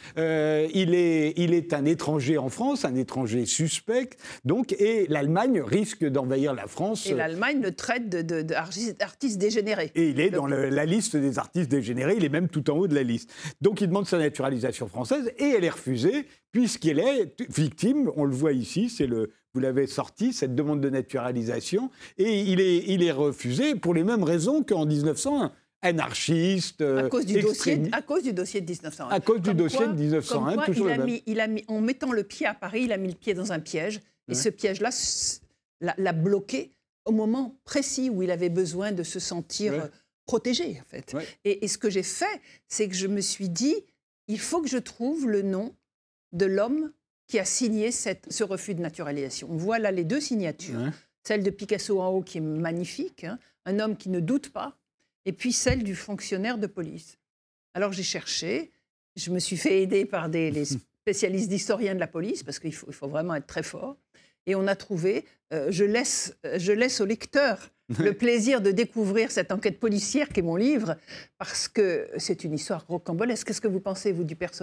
il est un étranger en France, un étranger suspect, donc, et l'Allemagne risque d'envahir la France. Et l'Allemagne le traite d'artiste dégénéré. Et il est dans la liste des artistes dégénérés, il est même tout en haut de la liste. Donc, il demande sa naturalisation française et elle est refusée, puisqu'elle est victime, on le voit ici, vous l'avez sorti, cette demande de naturalisation, et il est refusé pour les mêmes raisons qu'en 1901, anarchiste, à cause du dossier de 1901. À cause du dossier de 1901, toujours le même. En mettant le pied à Paris, il a mis le pied dans un piège, et ce piège-là l'a bloqué au moment précis où il avait besoin de se sentir protégé, en fait. Ouais. Et ce que j'ai fait, c'est que je me suis dit, il faut que je trouve le nom de l'homme qui a signé ce refus de naturalisation. On voit là les 2 signatures. Celle de Picasso en haut qui est magnifique, un homme qui ne doute pas, et puis celle du fonctionnaire de police. Alors j'ai cherché, je me suis fait aider par les spécialistes d'historiens de la police, parce qu'il faut vraiment être très fort, et on a trouvé, je laisse au lecteur le plaisir de découvrir cette enquête policière qui est mon livre, parce que c'est une histoire rocambolesque. Qu'est-ce que vous pensez, vous, du personnage ?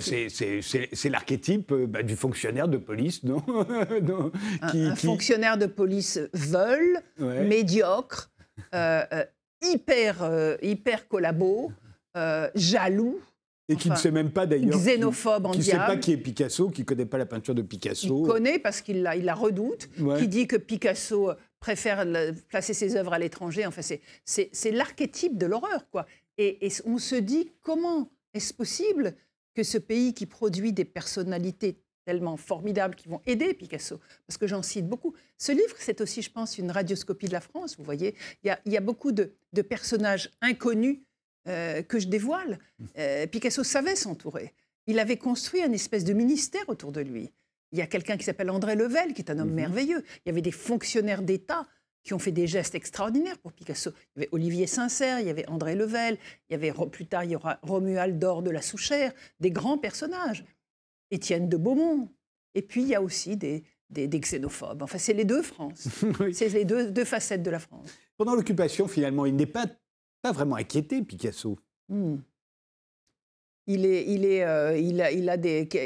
C'est l'archétype du fonctionnaire de police, non, un fonctionnaire de police veule, médiocre, hyper collabo, jaloux. Et qui ne sait même pas d'ailleurs. Xénophobe en diable. Qui ne sait pas qui est Picasso, qui ne connaît pas la peinture de Picasso. Il connaît parce qu'il la redoute, qui dit que Picasso préfère placer ses œuvres à l'étranger. Enfin, c'est l'archétype de l'horreur, quoi. Et on se dit, comment est-ce possible que ce pays qui produit des personnalités tellement formidables qui vont aider Picasso, parce que j'en cite beaucoup. Ce livre, c'est aussi, je pense, une radioscopie de la France, vous voyez. Il y a beaucoup de personnages inconnus que je dévoile. Picasso savait s'entourer. Il avait construit une espèce de ministère autour de lui. Il y a quelqu'un qui s'appelle André Level, qui est un homme merveilleux. Il y avait des fonctionnaires d'État qui ont fait des gestes extraordinaires pour Picasso. Il y avait Olivier Sincère, il y avait André Level, plus tard, il y aura Romuald Dor de la Souchère, des grands personnages. Étienne de Beaumont. Et puis, il y a aussi des xénophobes. Enfin, c'est les 2 France. C'est les deux facettes de la France. Pendant l'occupation, finalement, il n'est pas vraiment inquiété, Picasso. Il a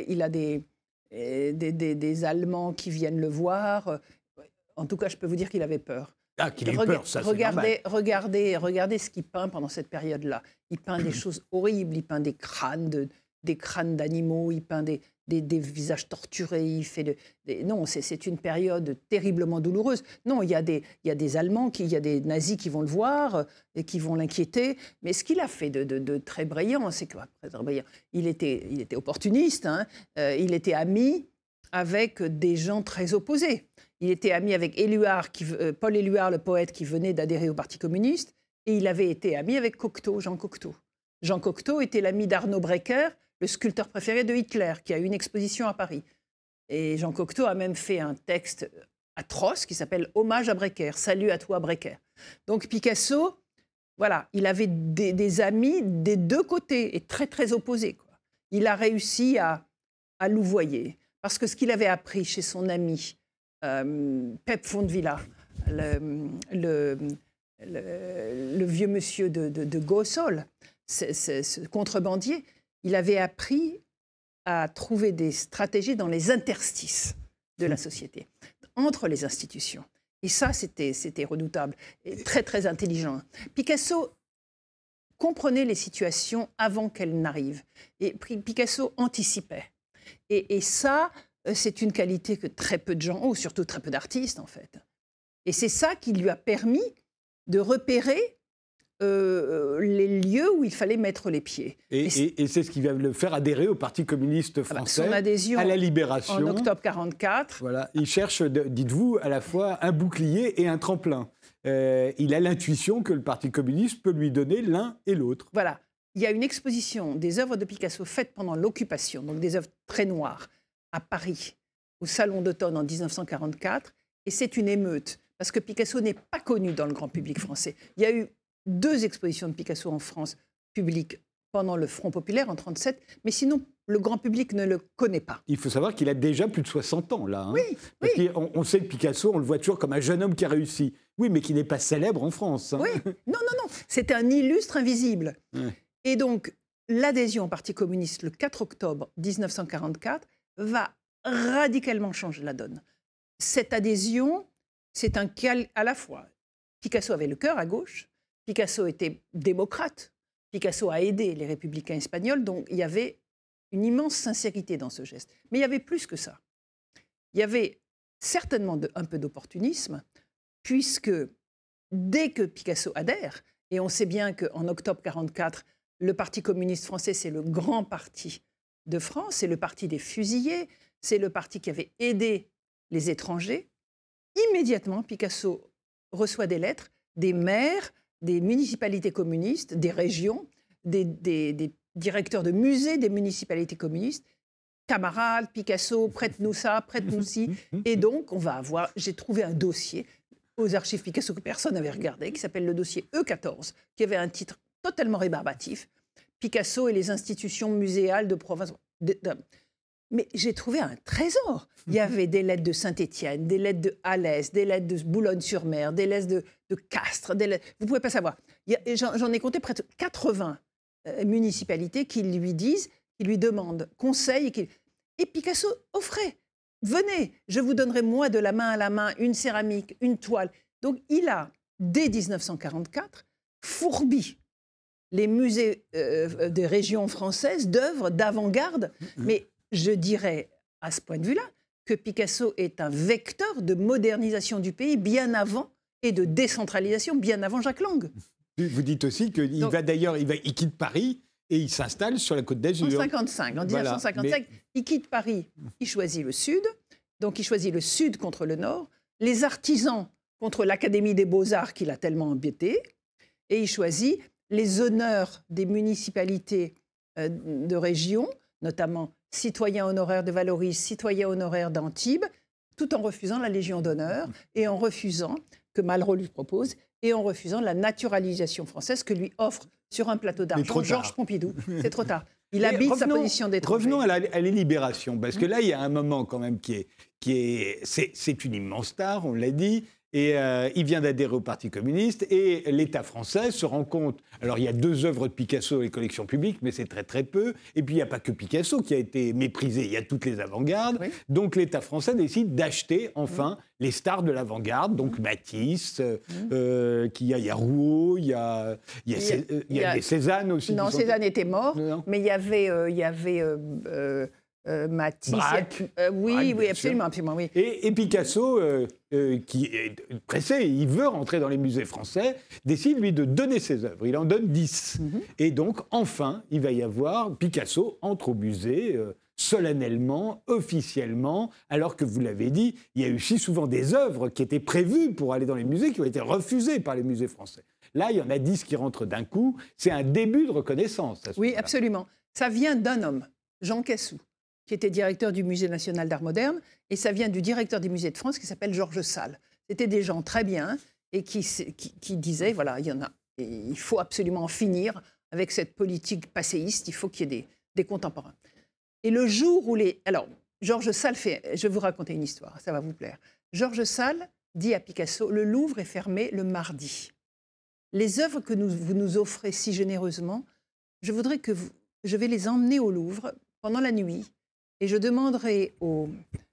des Allemands qui viennent le voir. En tout cas, je peux vous dire qu'il avait peur. Ah, qu'il ait peur, ça, c'est normal. Regardez ce qu'il peint pendant cette période-là. Il peint des choses horribles. Il peint des crânes d'animaux. Il peint des visages torturés. Il fait non, c'est une période terriblement douloureuse. Non, il y a des Allemands, il y a des nazis qui vont le voir et qui vont l'inquiéter. Mais ce qu'il a fait de très brillant, c'est quoi, très brillant. Il était opportuniste. Il était ami avec des gens très opposés. Il était ami avec Paul Éluard, le poète qui venait d'adhérer au Parti communiste, et il avait été ami avec Cocteau, Jean Cocteau. Jean Cocteau était l'ami d'Arno Breker, le sculpteur préféré de Hitler, qui a eu une exposition à Paris. Et Jean Cocteau a même fait un texte atroce qui s'appelle « Hommage à Breker »,« Salut à toi Breker ». Donc Picasso, Voilà, il avait des amis des deux côtés et très, très opposés, quoi. Il a réussi à louvoyer. Parce que ce qu'il avait appris chez son ami Pep Fondevilla, le vieux monsieur de Gossol, ce contrebandier, il avait appris à trouver des stratégies dans les interstices de la société, entre les institutions. Et ça, c'était redoutable, et très, très intelligent. Picasso comprenait les situations avant qu'elles n'arrivent. Et Picasso anticipait. Et ça, c'est une qualité que très peu de gens ont, surtout très peu d'artistes, en fait. Et c'est ça qui lui a permis de repérer les lieux où il fallait mettre les pieds. Et c'est ce qui va le faire adhérer au Parti communiste français, son adhésion à la Libération. En octobre 1944. Voilà. Il cherche, dites-vous, à la fois un bouclier et un tremplin. Il a l'intuition que le Parti communiste peut lui donner l'un et l'autre. Voilà. Il y a une exposition des œuvres de Picasso faites pendant l'occupation, donc des œuvres très noires, à Paris, au Salon d'automne en 1944. Et c'est une émeute, parce que Picasso n'est pas connu dans le grand public français. Il y a eu 2 expositions de Picasso en France, publiques, pendant le Front populaire en 1937, mais sinon, le grand public ne le connaît pas. Il faut savoir qu'il a déjà plus de 60 ans, là. Hein. Oui, parce qu'on sait que Picasso, on le voit toujours comme un jeune homme qui a réussi. Oui, mais qui n'est pas célèbre en France. Hein. Oui, non. C'est un illustre invisible. Ouais. Et donc, l'adhésion au Parti communiste le 4 octobre 1944 va radicalement changer la donne. Cette adhésion, c'est un à la fois. Picasso avait le cœur à gauche, Picasso était démocrate, Picasso a aidé les républicains espagnols, donc il y avait une immense sincérité dans ce geste. Mais il y avait plus que ça. Il y avait certainement un peu d'opportunisme, puisque dès que Picasso adhère, et on sait bien qu'en octobre 1944, le Parti communiste français, c'est le grand parti de France, c'est le parti des fusillés, c'est le parti qui avait aidé les étrangers. Immédiatement, Picasso reçoit des lettres des maires, des municipalités communistes, des régions, des directeurs de musées des municipalités communistes. Camarades, Picasso, prête-nous ça, prête-nous ci. Et donc, j'ai trouvé un dossier aux archives Picasso que personne n'avait regardé, qui s'appelle le dossier E14, qui avait un titre totalement rébarbatif, Picasso et les institutions muséales de province. Mais j'ai trouvé un trésor. Il y avait des lettres de Saint-Étienne, des lettres de Alès, des lettres de Boulogne-sur-Mer, des lettres de Castres. Vous ne pouvez pas savoir. J'en ai compté près de 80 municipalités qui lui demandent conseil. Et Picasso offrait. Venez, je vous donnerai moi de la main à la main une céramique, une toile. Donc il a, dès 1944, fourbi les musées des régions françaises d'œuvres d'avant-garde. Mais je dirais, à ce point de vue-là, que Picasso est un vecteur de modernisation du pays bien avant et de décentralisation bien avant Jacques Lang. Vous dites aussi qu'il il quitte Paris et il s'installe sur la Côte d'Azur. En 1955, il quitte Paris, il choisit le Sud. Donc il choisit le Sud contre le Nord, les artisans contre l'Académie des Beaux-Arts qui l'a tellement embêté, et il choisit les honneurs des municipalités de région, notamment citoyen honoraire de Vallauris, citoyen honoraire d'Antibes, tout en refusant la Légion d'honneur et en refusant, que Malraux lui propose, et en refusant la naturalisation française que lui offre sur un plateau d'argent Georges Pompidou. C'est trop tard. Il habite sa position d'étranger. Revenons à les libérations, parce que là, il y a un moment quand même c'est une immense star, on l'a dit, et il vient d'adhérer au Parti communiste, et l'État français se rend compte... Alors, il y a 2 œuvres de Picasso dans les collections publiques, mais c'est très, très peu. Et puis, il n'y a pas que Picasso qui a été méprisé, il y a toutes les avant-gardes. Oui. Donc, l'État français décide d'acheter, enfin, les stars de l'avant-garde, donc Matisse, il y a Rouault, il y a des Cézanne aussi. Non, Cézanne était mort, mais il y avait Matisse. Braque. Oui, absolument, oui. Et Picasso, qui est pressé, il veut rentrer dans les musées français, décide, lui, de donner ses œuvres. Il en donne 10. Et donc, enfin, il va y avoir... Picasso entre au musée... solennellement, officiellement, alors que vous l'avez dit, il y a eu si souvent des œuvres qui étaient prévues pour aller dans les musées, qui ont été refusées par les musées français. Là, il y en a 10 qui rentrent d'un coup. C'est un début de reconnaissance. Oui, absolument. Ça vient d'un homme, Jean Cassou, qui était directeur du Musée national d'art moderne, et ça vient du directeur des musées de France, qui s'appelle Georges Salle. C'était des gens très bien, et qui disaient, voilà, il y en a il faut absolument en finir avec cette politique passéiste. Il faut qu'il y ait des contemporains. Et le jour où Alors, Georges Sale je vais vous raconter une histoire, ça va vous plaire. Georges Sale dit à Picasso, le Louvre est fermé le mardi. Les œuvres que vous nous offrez si généreusement, je voudrais je vais les emmener au Louvre pendant la nuit et je demanderai aux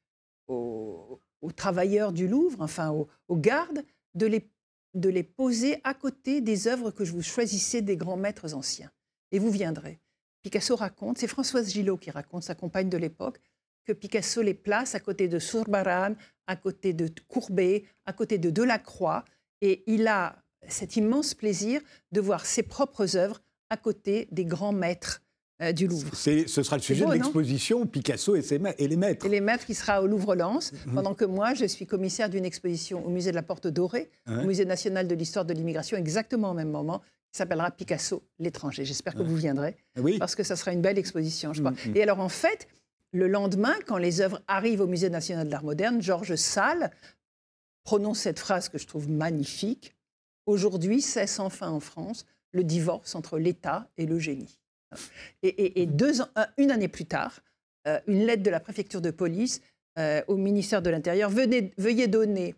travailleurs du Louvre, enfin aux gardes, de les poser à côté des œuvres que je vous choisissais des grands maîtres anciens. Et vous viendrez. Picasso raconte, c'est Françoise Gillot qui raconte, sa compagne de l'époque, que Picasso les place à côté de Zurbarán, à côté de Courbet, à côté de Delacroix. Et il a cet immense plaisir de voir ses propres œuvres à côté des grands maîtres du Louvre. Ce sera le sujet de l'exposition, Picasso et les maîtres. Et les maîtres qui sera au Louvre-Lens, pendant que moi, je suis commissaire d'une exposition au musée de la Porte Dorée, au musée national de l'histoire de l'immigration, exactement au même moment, qui s'appellera Picasso, l'étranger. J'espère que vous viendrez, parce que ça sera une belle exposition, je crois. Et alors, en fait, le lendemain, quand les œuvres arrivent au musée national d'art moderne, Georges Sale prononce cette phrase que je trouve magnifique. « Aujourd'hui cesse enfin en France le divorce entre l'État et le génie. » Et une année plus tard, une lettre de la préfecture de police au ministère de l'Intérieur, veuillez donner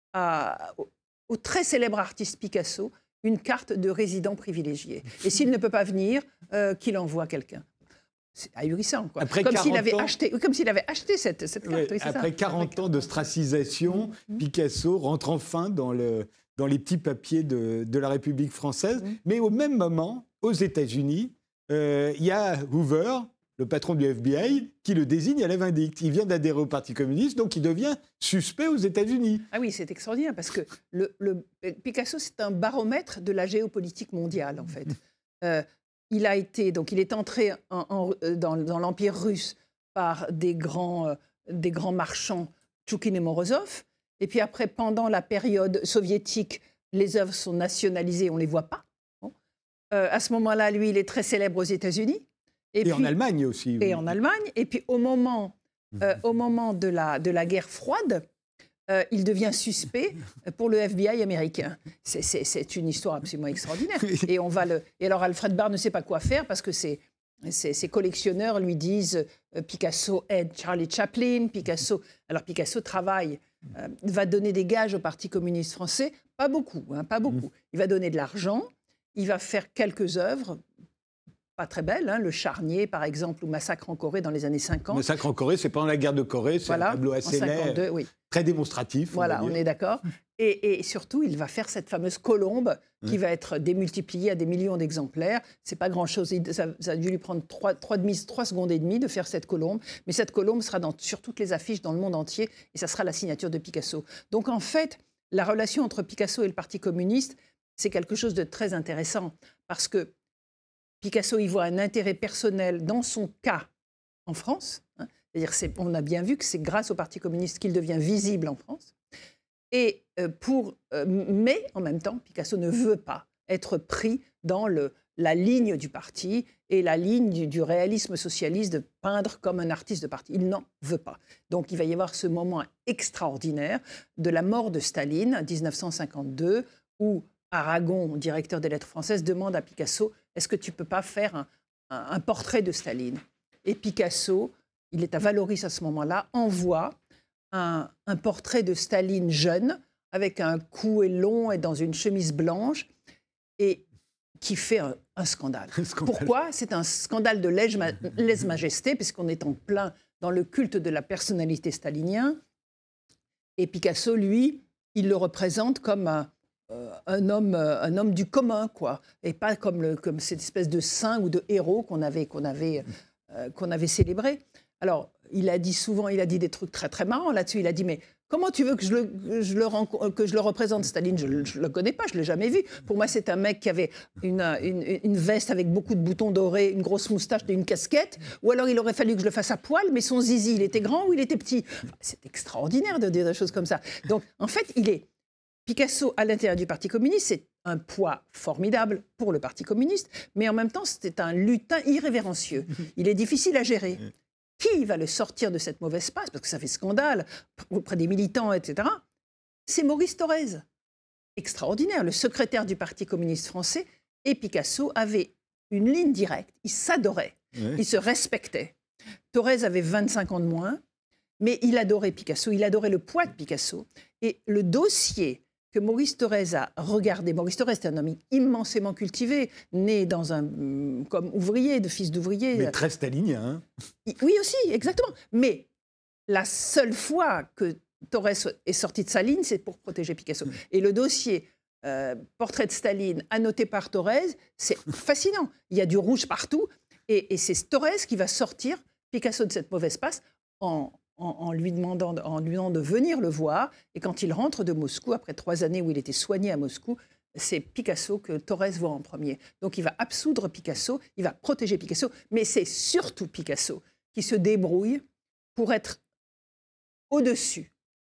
au très célèbre artiste Picasso une carte de résident privilégié. Et s'il ne peut pas venir, qu'il envoie quelqu'un. C'est ahurissant, quoi. Comme s'il avait acheté cette carte. Oui, après 40 ans d'ostracisation, Picasso rentre enfin dans les petits papiers de la République française. Mais au même moment, aux États-Unis, il y a Hoover, le patron du FBI, qui le désigne à la vindicte. Il vient d'adhérer au Parti communiste, donc il devient suspect aux États-Unis. Ah oui, c'est extraordinaire, parce que Picasso, c'est un baromètre de la géopolitique mondiale, en fait. Il est entré dans l'Empire russe par des grands marchands, Tchoukine et Morozov. Et puis après, pendant la période soviétique, les œuvres sont nationalisées, on ne les voit pas. À ce moment-là, lui, il est très célèbre aux États-Unis. Et en Allemagne aussi. Et en Allemagne. Et puis au moment de la guerre froide, il devient suspect pour le FBI américain. C'est une histoire absolument extraordinaire. Et alors Alfred Barr ne sait pas quoi faire parce que ses collectionneurs lui disent Picasso aide Charlie Chaplin. Picasso travaille, va donner des gages au Parti communiste français. Pas beaucoup, pas beaucoup. Il va donner de l'argent. Il va faire quelques œuvres, pas très belles, le Charnier, par exemple, ou Massacre en Corée dans les années 50. Massacre en Corée, c'est pendant la guerre de Corée, c'est un tableau assez laid, très démonstratif. Voilà, on est d'accord. Et surtout, il va faire cette fameuse colombe qui va être démultipliée à des millions d'exemplaires. C'est pas grand-chose. Ça a dû lui prendre 3 secondes et demie de faire cette colombe. Mais cette colombe sera sur toutes les affiches dans le monde entier et ça sera la signature de Picasso. Donc, en fait, la relation entre Picasso et le Parti communiste, c'est quelque chose de très intéressant parce que Picasso y voit un intérêt personnel dans son cas en France. C'est-à-dire on a bien vu que c'est grâce au Parti communiste qu'il devient visible en France. Mais en même temps, Picasso ne veut pas être pris dans la ligne du parti et la ligne du réalisme socialiste de peindre comme un artiste de parti. Il n'en veut pas. Donc il va y avoir ce moment extraordinaire de la mort de Staline en 1952 où Aragon, directeur des lettres françaises, demande à Picasso « Est-ce que tu ne peux pas faire un portrait de Staline ?» Et Picasso, il est à Valoris à ce moment-là, envoie un portrait de Staline jeune, avec un cou long et dans une chemise blanche, et qui fait un scandale. Pourquoi ? C'est un scandale de lèse-majesté, puisqu'on est en plein dans le culte de la personnalité stalinien. Et Picasso, lui, il le représente comme un homme du commun, quoi, et pas comme cette espèce de saint ou de héros qu'on avait célébré. Alors, il a dit des trucs très très marrants là-dessus. Il a dit mais comment tu veux que je le représente Staline ? Je le connais pas, je l'ai jamais vu. Pour moi, c'est un mec qui avait une veste avec beaucoup de boutons dorés, une grosse moustache et une casquette. Ou alors il aurait fallu que je le fasse à poil, mais son zizi, il était grand ou il était petit. Enfin, c'est extraordinaire de dire des choses comme ça. Donc, en fait, Picasso, à l'intérieur du Parti communiste, c'est un poids formidable pour le Parti communiste, mais en même temps, c'est un lutin irrévérencieux. Il est difficile à gérer. Qui va le sortir de cette mauvaise passe ? Parce que ça fait scandale auprès des militants, etc. C'est Maurice Thorez. extraordinaire. Le secrétaire du Parti communiste français et Picasso avaient une ligne directe. Ils s'adoraient, ils se respectaient. Thorez avait 25 ans de moins, mais il adorait Picasso, il adorait le poids de Picasso. Et le dossier que Maurice Thorez a regardé, Maurice Thorez est un homme immensément cultivé, né comme ouvrier, de fils d'ouvrier. Mais très stalinien. Hein. Oui aussi, exactement. Mais la seule fois que Thorez est sorti de sa ligne, c'est pour protéger Picasso. Et le dossier Portrait de Staline, annoté par Thorez, c'est fascinant. Il y a du rouge partout. Et c'est Thorez qui va sortir Picasso de cette mauvaise passe en lui demandant de venir le voir. Et quand il rentre de Moscou, après 3 années où il était soigné à Moscou, c'est Picasso que Thorez voit en premier. Donc il va absoudre Picasso, il va protéger Picasso, mais c'est surtout Picasso qui se débrouille pour être au-dessus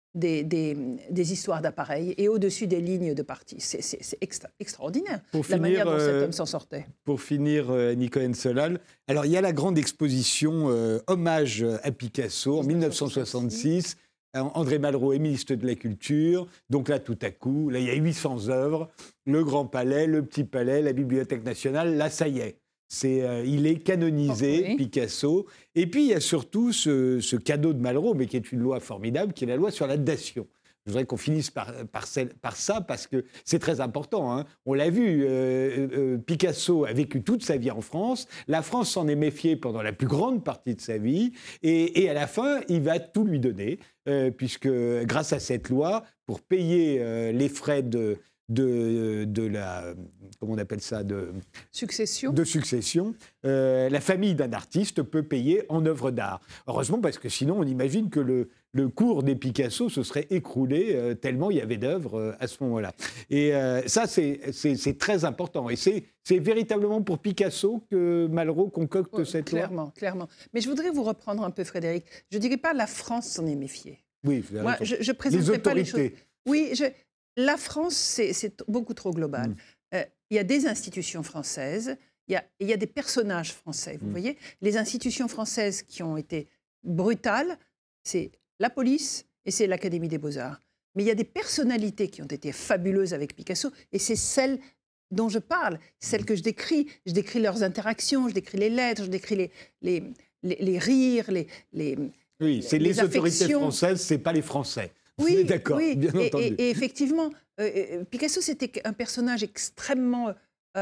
des histoires d'appareils et au-dessus des lignes de parti. C'est extraordinaire, manière dont cet homme s'en sortait. Pour finir, Annie Cohen-Solal, alors il y a la grande exposition Hommage à Picasso en 1966. André Malraux est ministre de la Culture. Donc là, tout à coup, là, il y a 800 œuvres. Le Grand Palais, le Petit Palais, la Bibliothèque nationale. Là, ça y est. Il est canonisé, Picasso. Et puis, il y a surtout ce cadeau de Malraux, mais qui est une loi formidable, qui est la loi sur la dation. Je voudrais qu'on finisse par ça, parce que c'est très important. Hein. On l'a vu, Picasso a vécu toute sa vie en France. La France s'en est méfiée pendant la plus grande partie de sa vie. Et à la fin, il va tout lui donner, puisque grâce à cette loi, pour payer les frais de la, comment on appelle ça, de succession, la famille d'un artiste peut payer en œuvre d'art. Heureusement, parce que sinon, on imagine que le cours des Picasso se serait écroulé tellement il y avait d'œuvres à ce moment-là. Et ça, c'est très important. Et c'est véritablement pour Picasso que Malraux concocte cette loi. Clairement. Mais je voudrais vous reprendre un peu, Frédéric. Je ne dirais pas la France s'en est méfiée. Oui, moi, je ne présenterai pas les choses. Oui, la France, c'est beaucoup trop global. Il y a des institutions françaises, il y a des personnages français. Vous voyez, les institutions françaises qui ont été brutales, c'est la police et c'est l'Académie des Beaux-Arts. Mais il y a des personnalités qui ont été fabuleuses avec Picasso, et c'est celles dont je parle, celles que je décris. Je décris leurs interactions, je décris les lettres, je décris les rires, oui, c'est les autorités françaises, c'est pas les Français. Oui, d'accord, bien entendu. Et effectivement, Picasso, c'était un personnage extrêmement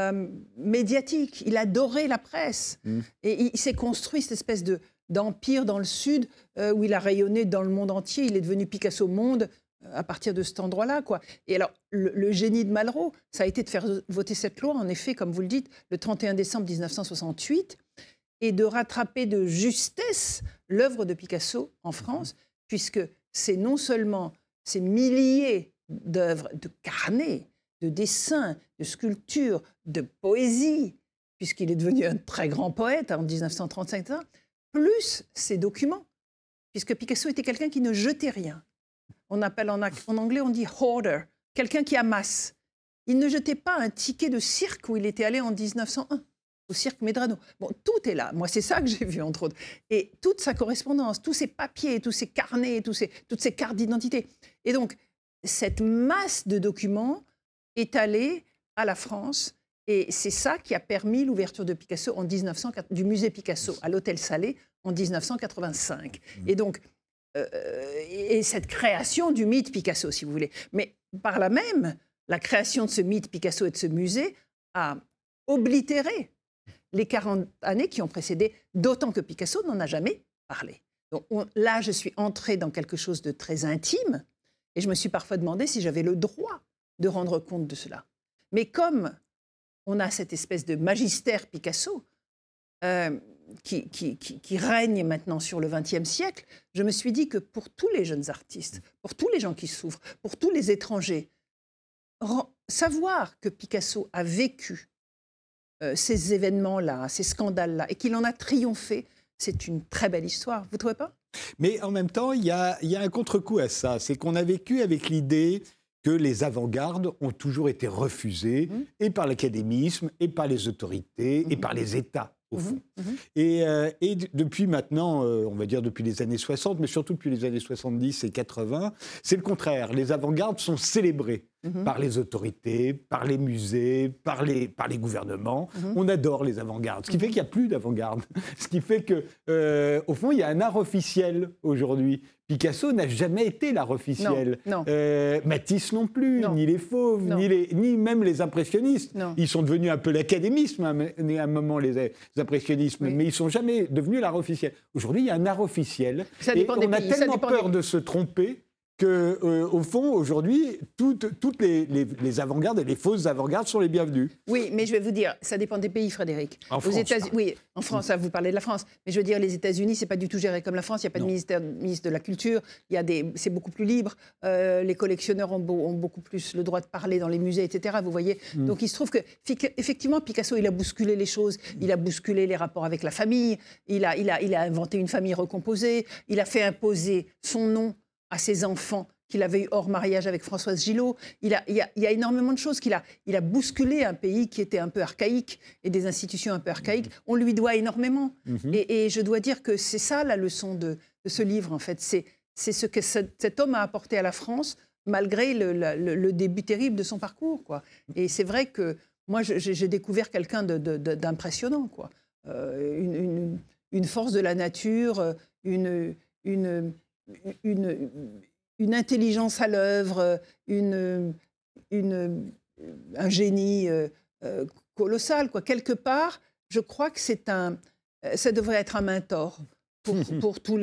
médiatique. Il adorait la presse. Et il s'est construit cette espèce d'empire dans le Sud où il a rayonné dans le monde entier. Il est devenu Picasso Monde à partir de cet endroit-là, quoi. Et alors, le génie de Malraux, ça a été de faire voter cette loi, en effet, comme vous le dites, le 31 décembre 1968, et de rattraper de justesse l'œuvre de Picasso en France, puisque c'est non seulement ces milliers d'œuvres, de carnets, de dessins, de sculptures, de poésie, puisqu'il est devenu un très grand poète en 1935, plus ces documents, puisque Picasso était quelqu'un qui ne jetait rien. On appelle en anglais, on dit hoarder, quelqu'un qui amasse. Il ne jetait pas un ticket de cirque où il était allé en 1901. Au cirque Medrano. Bon, tout est là. Moi, c'est ça que j'ai vu, entre autres. Et toute sa correspondance, tous ses papiers, tous ses carnets, toutes ses cartes d'identité. Et donc, cette masse de documents est allée à la France. Et c'est ça qui a permis l'ouverture de Picasso du musée Picasso à l'Hôtel Salé en 1985. Et donc, et cette création du mythe Picasso, si vous voulez. Mais par là même, la création de ce mythe Picasso et de ce musée a oblitéré les 40 années qui ont précédé, d'autant que Picasso n'en a jamais parlé. Donc là, je suis entrée dans quelque chose de très intime, et je me suis parfois demandé si j'avais le droit de rendre compte de cela. Mais comme on a cette espèce de magistère Picasso qui règne maintenant sur le XXe siècle, je me suis dit que pour tous les jeunes artistes, pour tous les gens qui souffrent, pour tous les étrangers, savoir que Picasso a vécu ces événements-là, ces scandales-là, et qu'il en a triomphé, c'est une très belle histoire. Vous ne trouvez pas ? Mais en même temps, il y a un contre-coup à ça. C'est qu'on a vécu avec l'idée que les avant-gardes ont toujours été refusées, et par l'académisme, et par les autorités, et par les États, au fond. Et depuis maintenant, on va dire depuis les années 60, mais surtout depuis les années 70 et 80, c'est le contraire. Les avant-gardes sont célébrées. par les autorités, par les musées, par les gouvernements. On adore les avant-gardes, ce qui fait qu'il n'y a plus d'avant-garde. Ce qui fait que, au fond, il y a un art officiel aujourd'hui. Picasso n'a jamais été l'art officiel. Non. Matisse non plus, Non. ni les fauves, Non. ni même les impressionnistes. Non. Ils sont devenus un peu l'académisme à un moment, les impressionnistes, mais ils ne sont jamais devenus l'art officiel. Aujourd'hui, il y a un art officiel. Ça Et dépend des on a pays, ça tellement dépend peur des- de se tromper que, au fond, aujourd'hui, toutes les avant-gardes et les fausses avant-gardes sont les bienvenues. Oui, mais je vais vous dire, ça dépend des pays, Frédéric. En Aux France, États-Unis, pardon. oui, en France, vous parlez de la France. Mais je veux dire, les États-Unis, c'est pas du tout géré comme la France. Il n'y a pas de Non. ministre de la Culture. C'est beaucoup plus libre. Les collectionneurs ont beaucoup plus le droit de parler dans les musées, etc. Vous voyez. Donc il se trouve que, effectivement, Picasso, il a bousculé les choses. Il a bousculé les rapports avec la famille. Il a inventé une famille recomposée. Il a fait imposer son nom à ses enfants qu'il avait eu hors mariage avec Françoise Gillot. Il y a énormément de choses il a bousculé un pays qui était un peu archaïque et des institutions un peu archaïques. On lui doit énormément. Et je dois dire que c'est ça la leçon de ce livre, en fait. C'est ce que cet homme a apporté à la France, malgré le début terrible de son parcours, quoi. Et c'est vrai que moi, j'ai découvert quelqu'un d'impressionnant, quoi. Une force de la nature, une intelligence à l'œuvre, un génie colossal, quoi. Quelque part, je crois que ça devrait être un mentor pour tous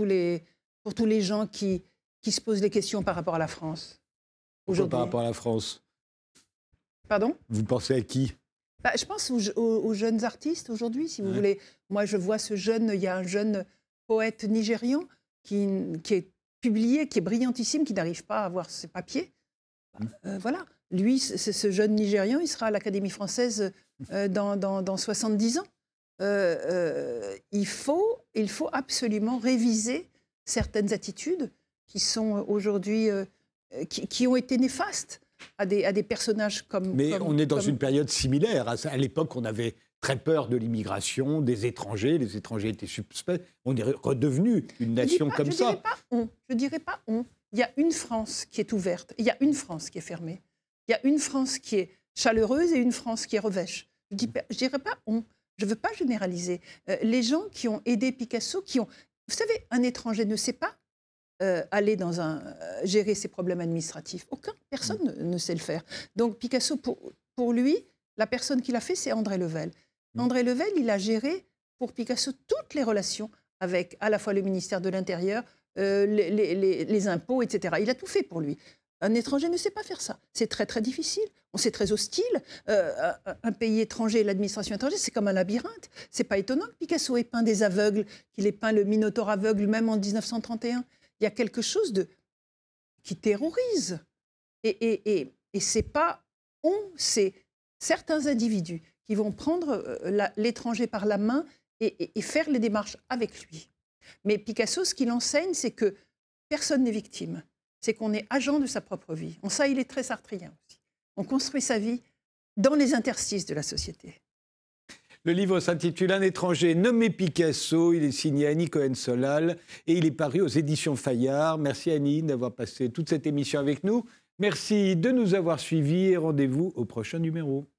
les gens qui se posent des questions par rapport à la France Pourquoi aujourd'hui. par rapport à la France? Pardon? Vous pensez à qui? Je pense aux jeunes artistes aujourd'hui, si vous voulez. Moi, je vois il y a un jeune poète nigérian qui est publié, qui est brillantissime, qui n'arrive pas à avoir ses papiers. Voilà. Lui, ce jeune Nigérian, il sera à l'Académie française dans 70 ans. Il faut absolument réviser certaines attitudes qui sont aujourd'hui, qui ont été néfastes à des personnages comme... Mais on est dans une période similaire. À l'époque, on avait très peur de l'immigration, des étrangers. Les étrangers étaient suspects. On est redevenu une nation comme ça. Je dirais pas on. Il y a une France qui est ouverte. Il y a une France qui est fermée. Il y a une France qui est chaleureuse et une France qui est revêche. Je dirais pas on. Je veux pas généraliser. Les gens qui ont aidé Picasso, vous savez, un étranger ne sait pas aller gérer ses problèmes administratifs. Personne ne sait le faire. Donc Picasso, pour lui, la personne qui l'a fait, c'est André Level. André Level, il a géré pour Picasso toutes les relations avec à la fois le ministère de l'Intérieur, les impôts, etc. Il a tout fait pour lui. Un étranger ne sait pas faire ça. C'est très, très difficile. C'est très hostile. Un pays étranger, l'administration étrangère, c'est comme un labyrinthe. C'est pas étonnant que Picasso ait peint des aveugles, qu'il ait peint le Minotaure aveugle, même en 1931. Il y a quelque chose qui terrorise. Et c'est pas c'est certains individus qui vont prendre l'étranger par la main et faire les démarches avec lui. Mais Picasso, ce qu'il enseigne, c'est que personne n'est victime. C'est qu'on est agent de sa propre vie. En ça, il est très sartrien aussi. On construit sa vie dans les interstices de la société. Le livre s'intitule Un étranger nommé Picasso. Il est signé Annie Cohen-Solal et il est paru aux éditions Fayard. Merci Annie d'avoir passé toute cette émission avec nous. Merci de nous avoir suivis et rendez-vous au prochain numéro.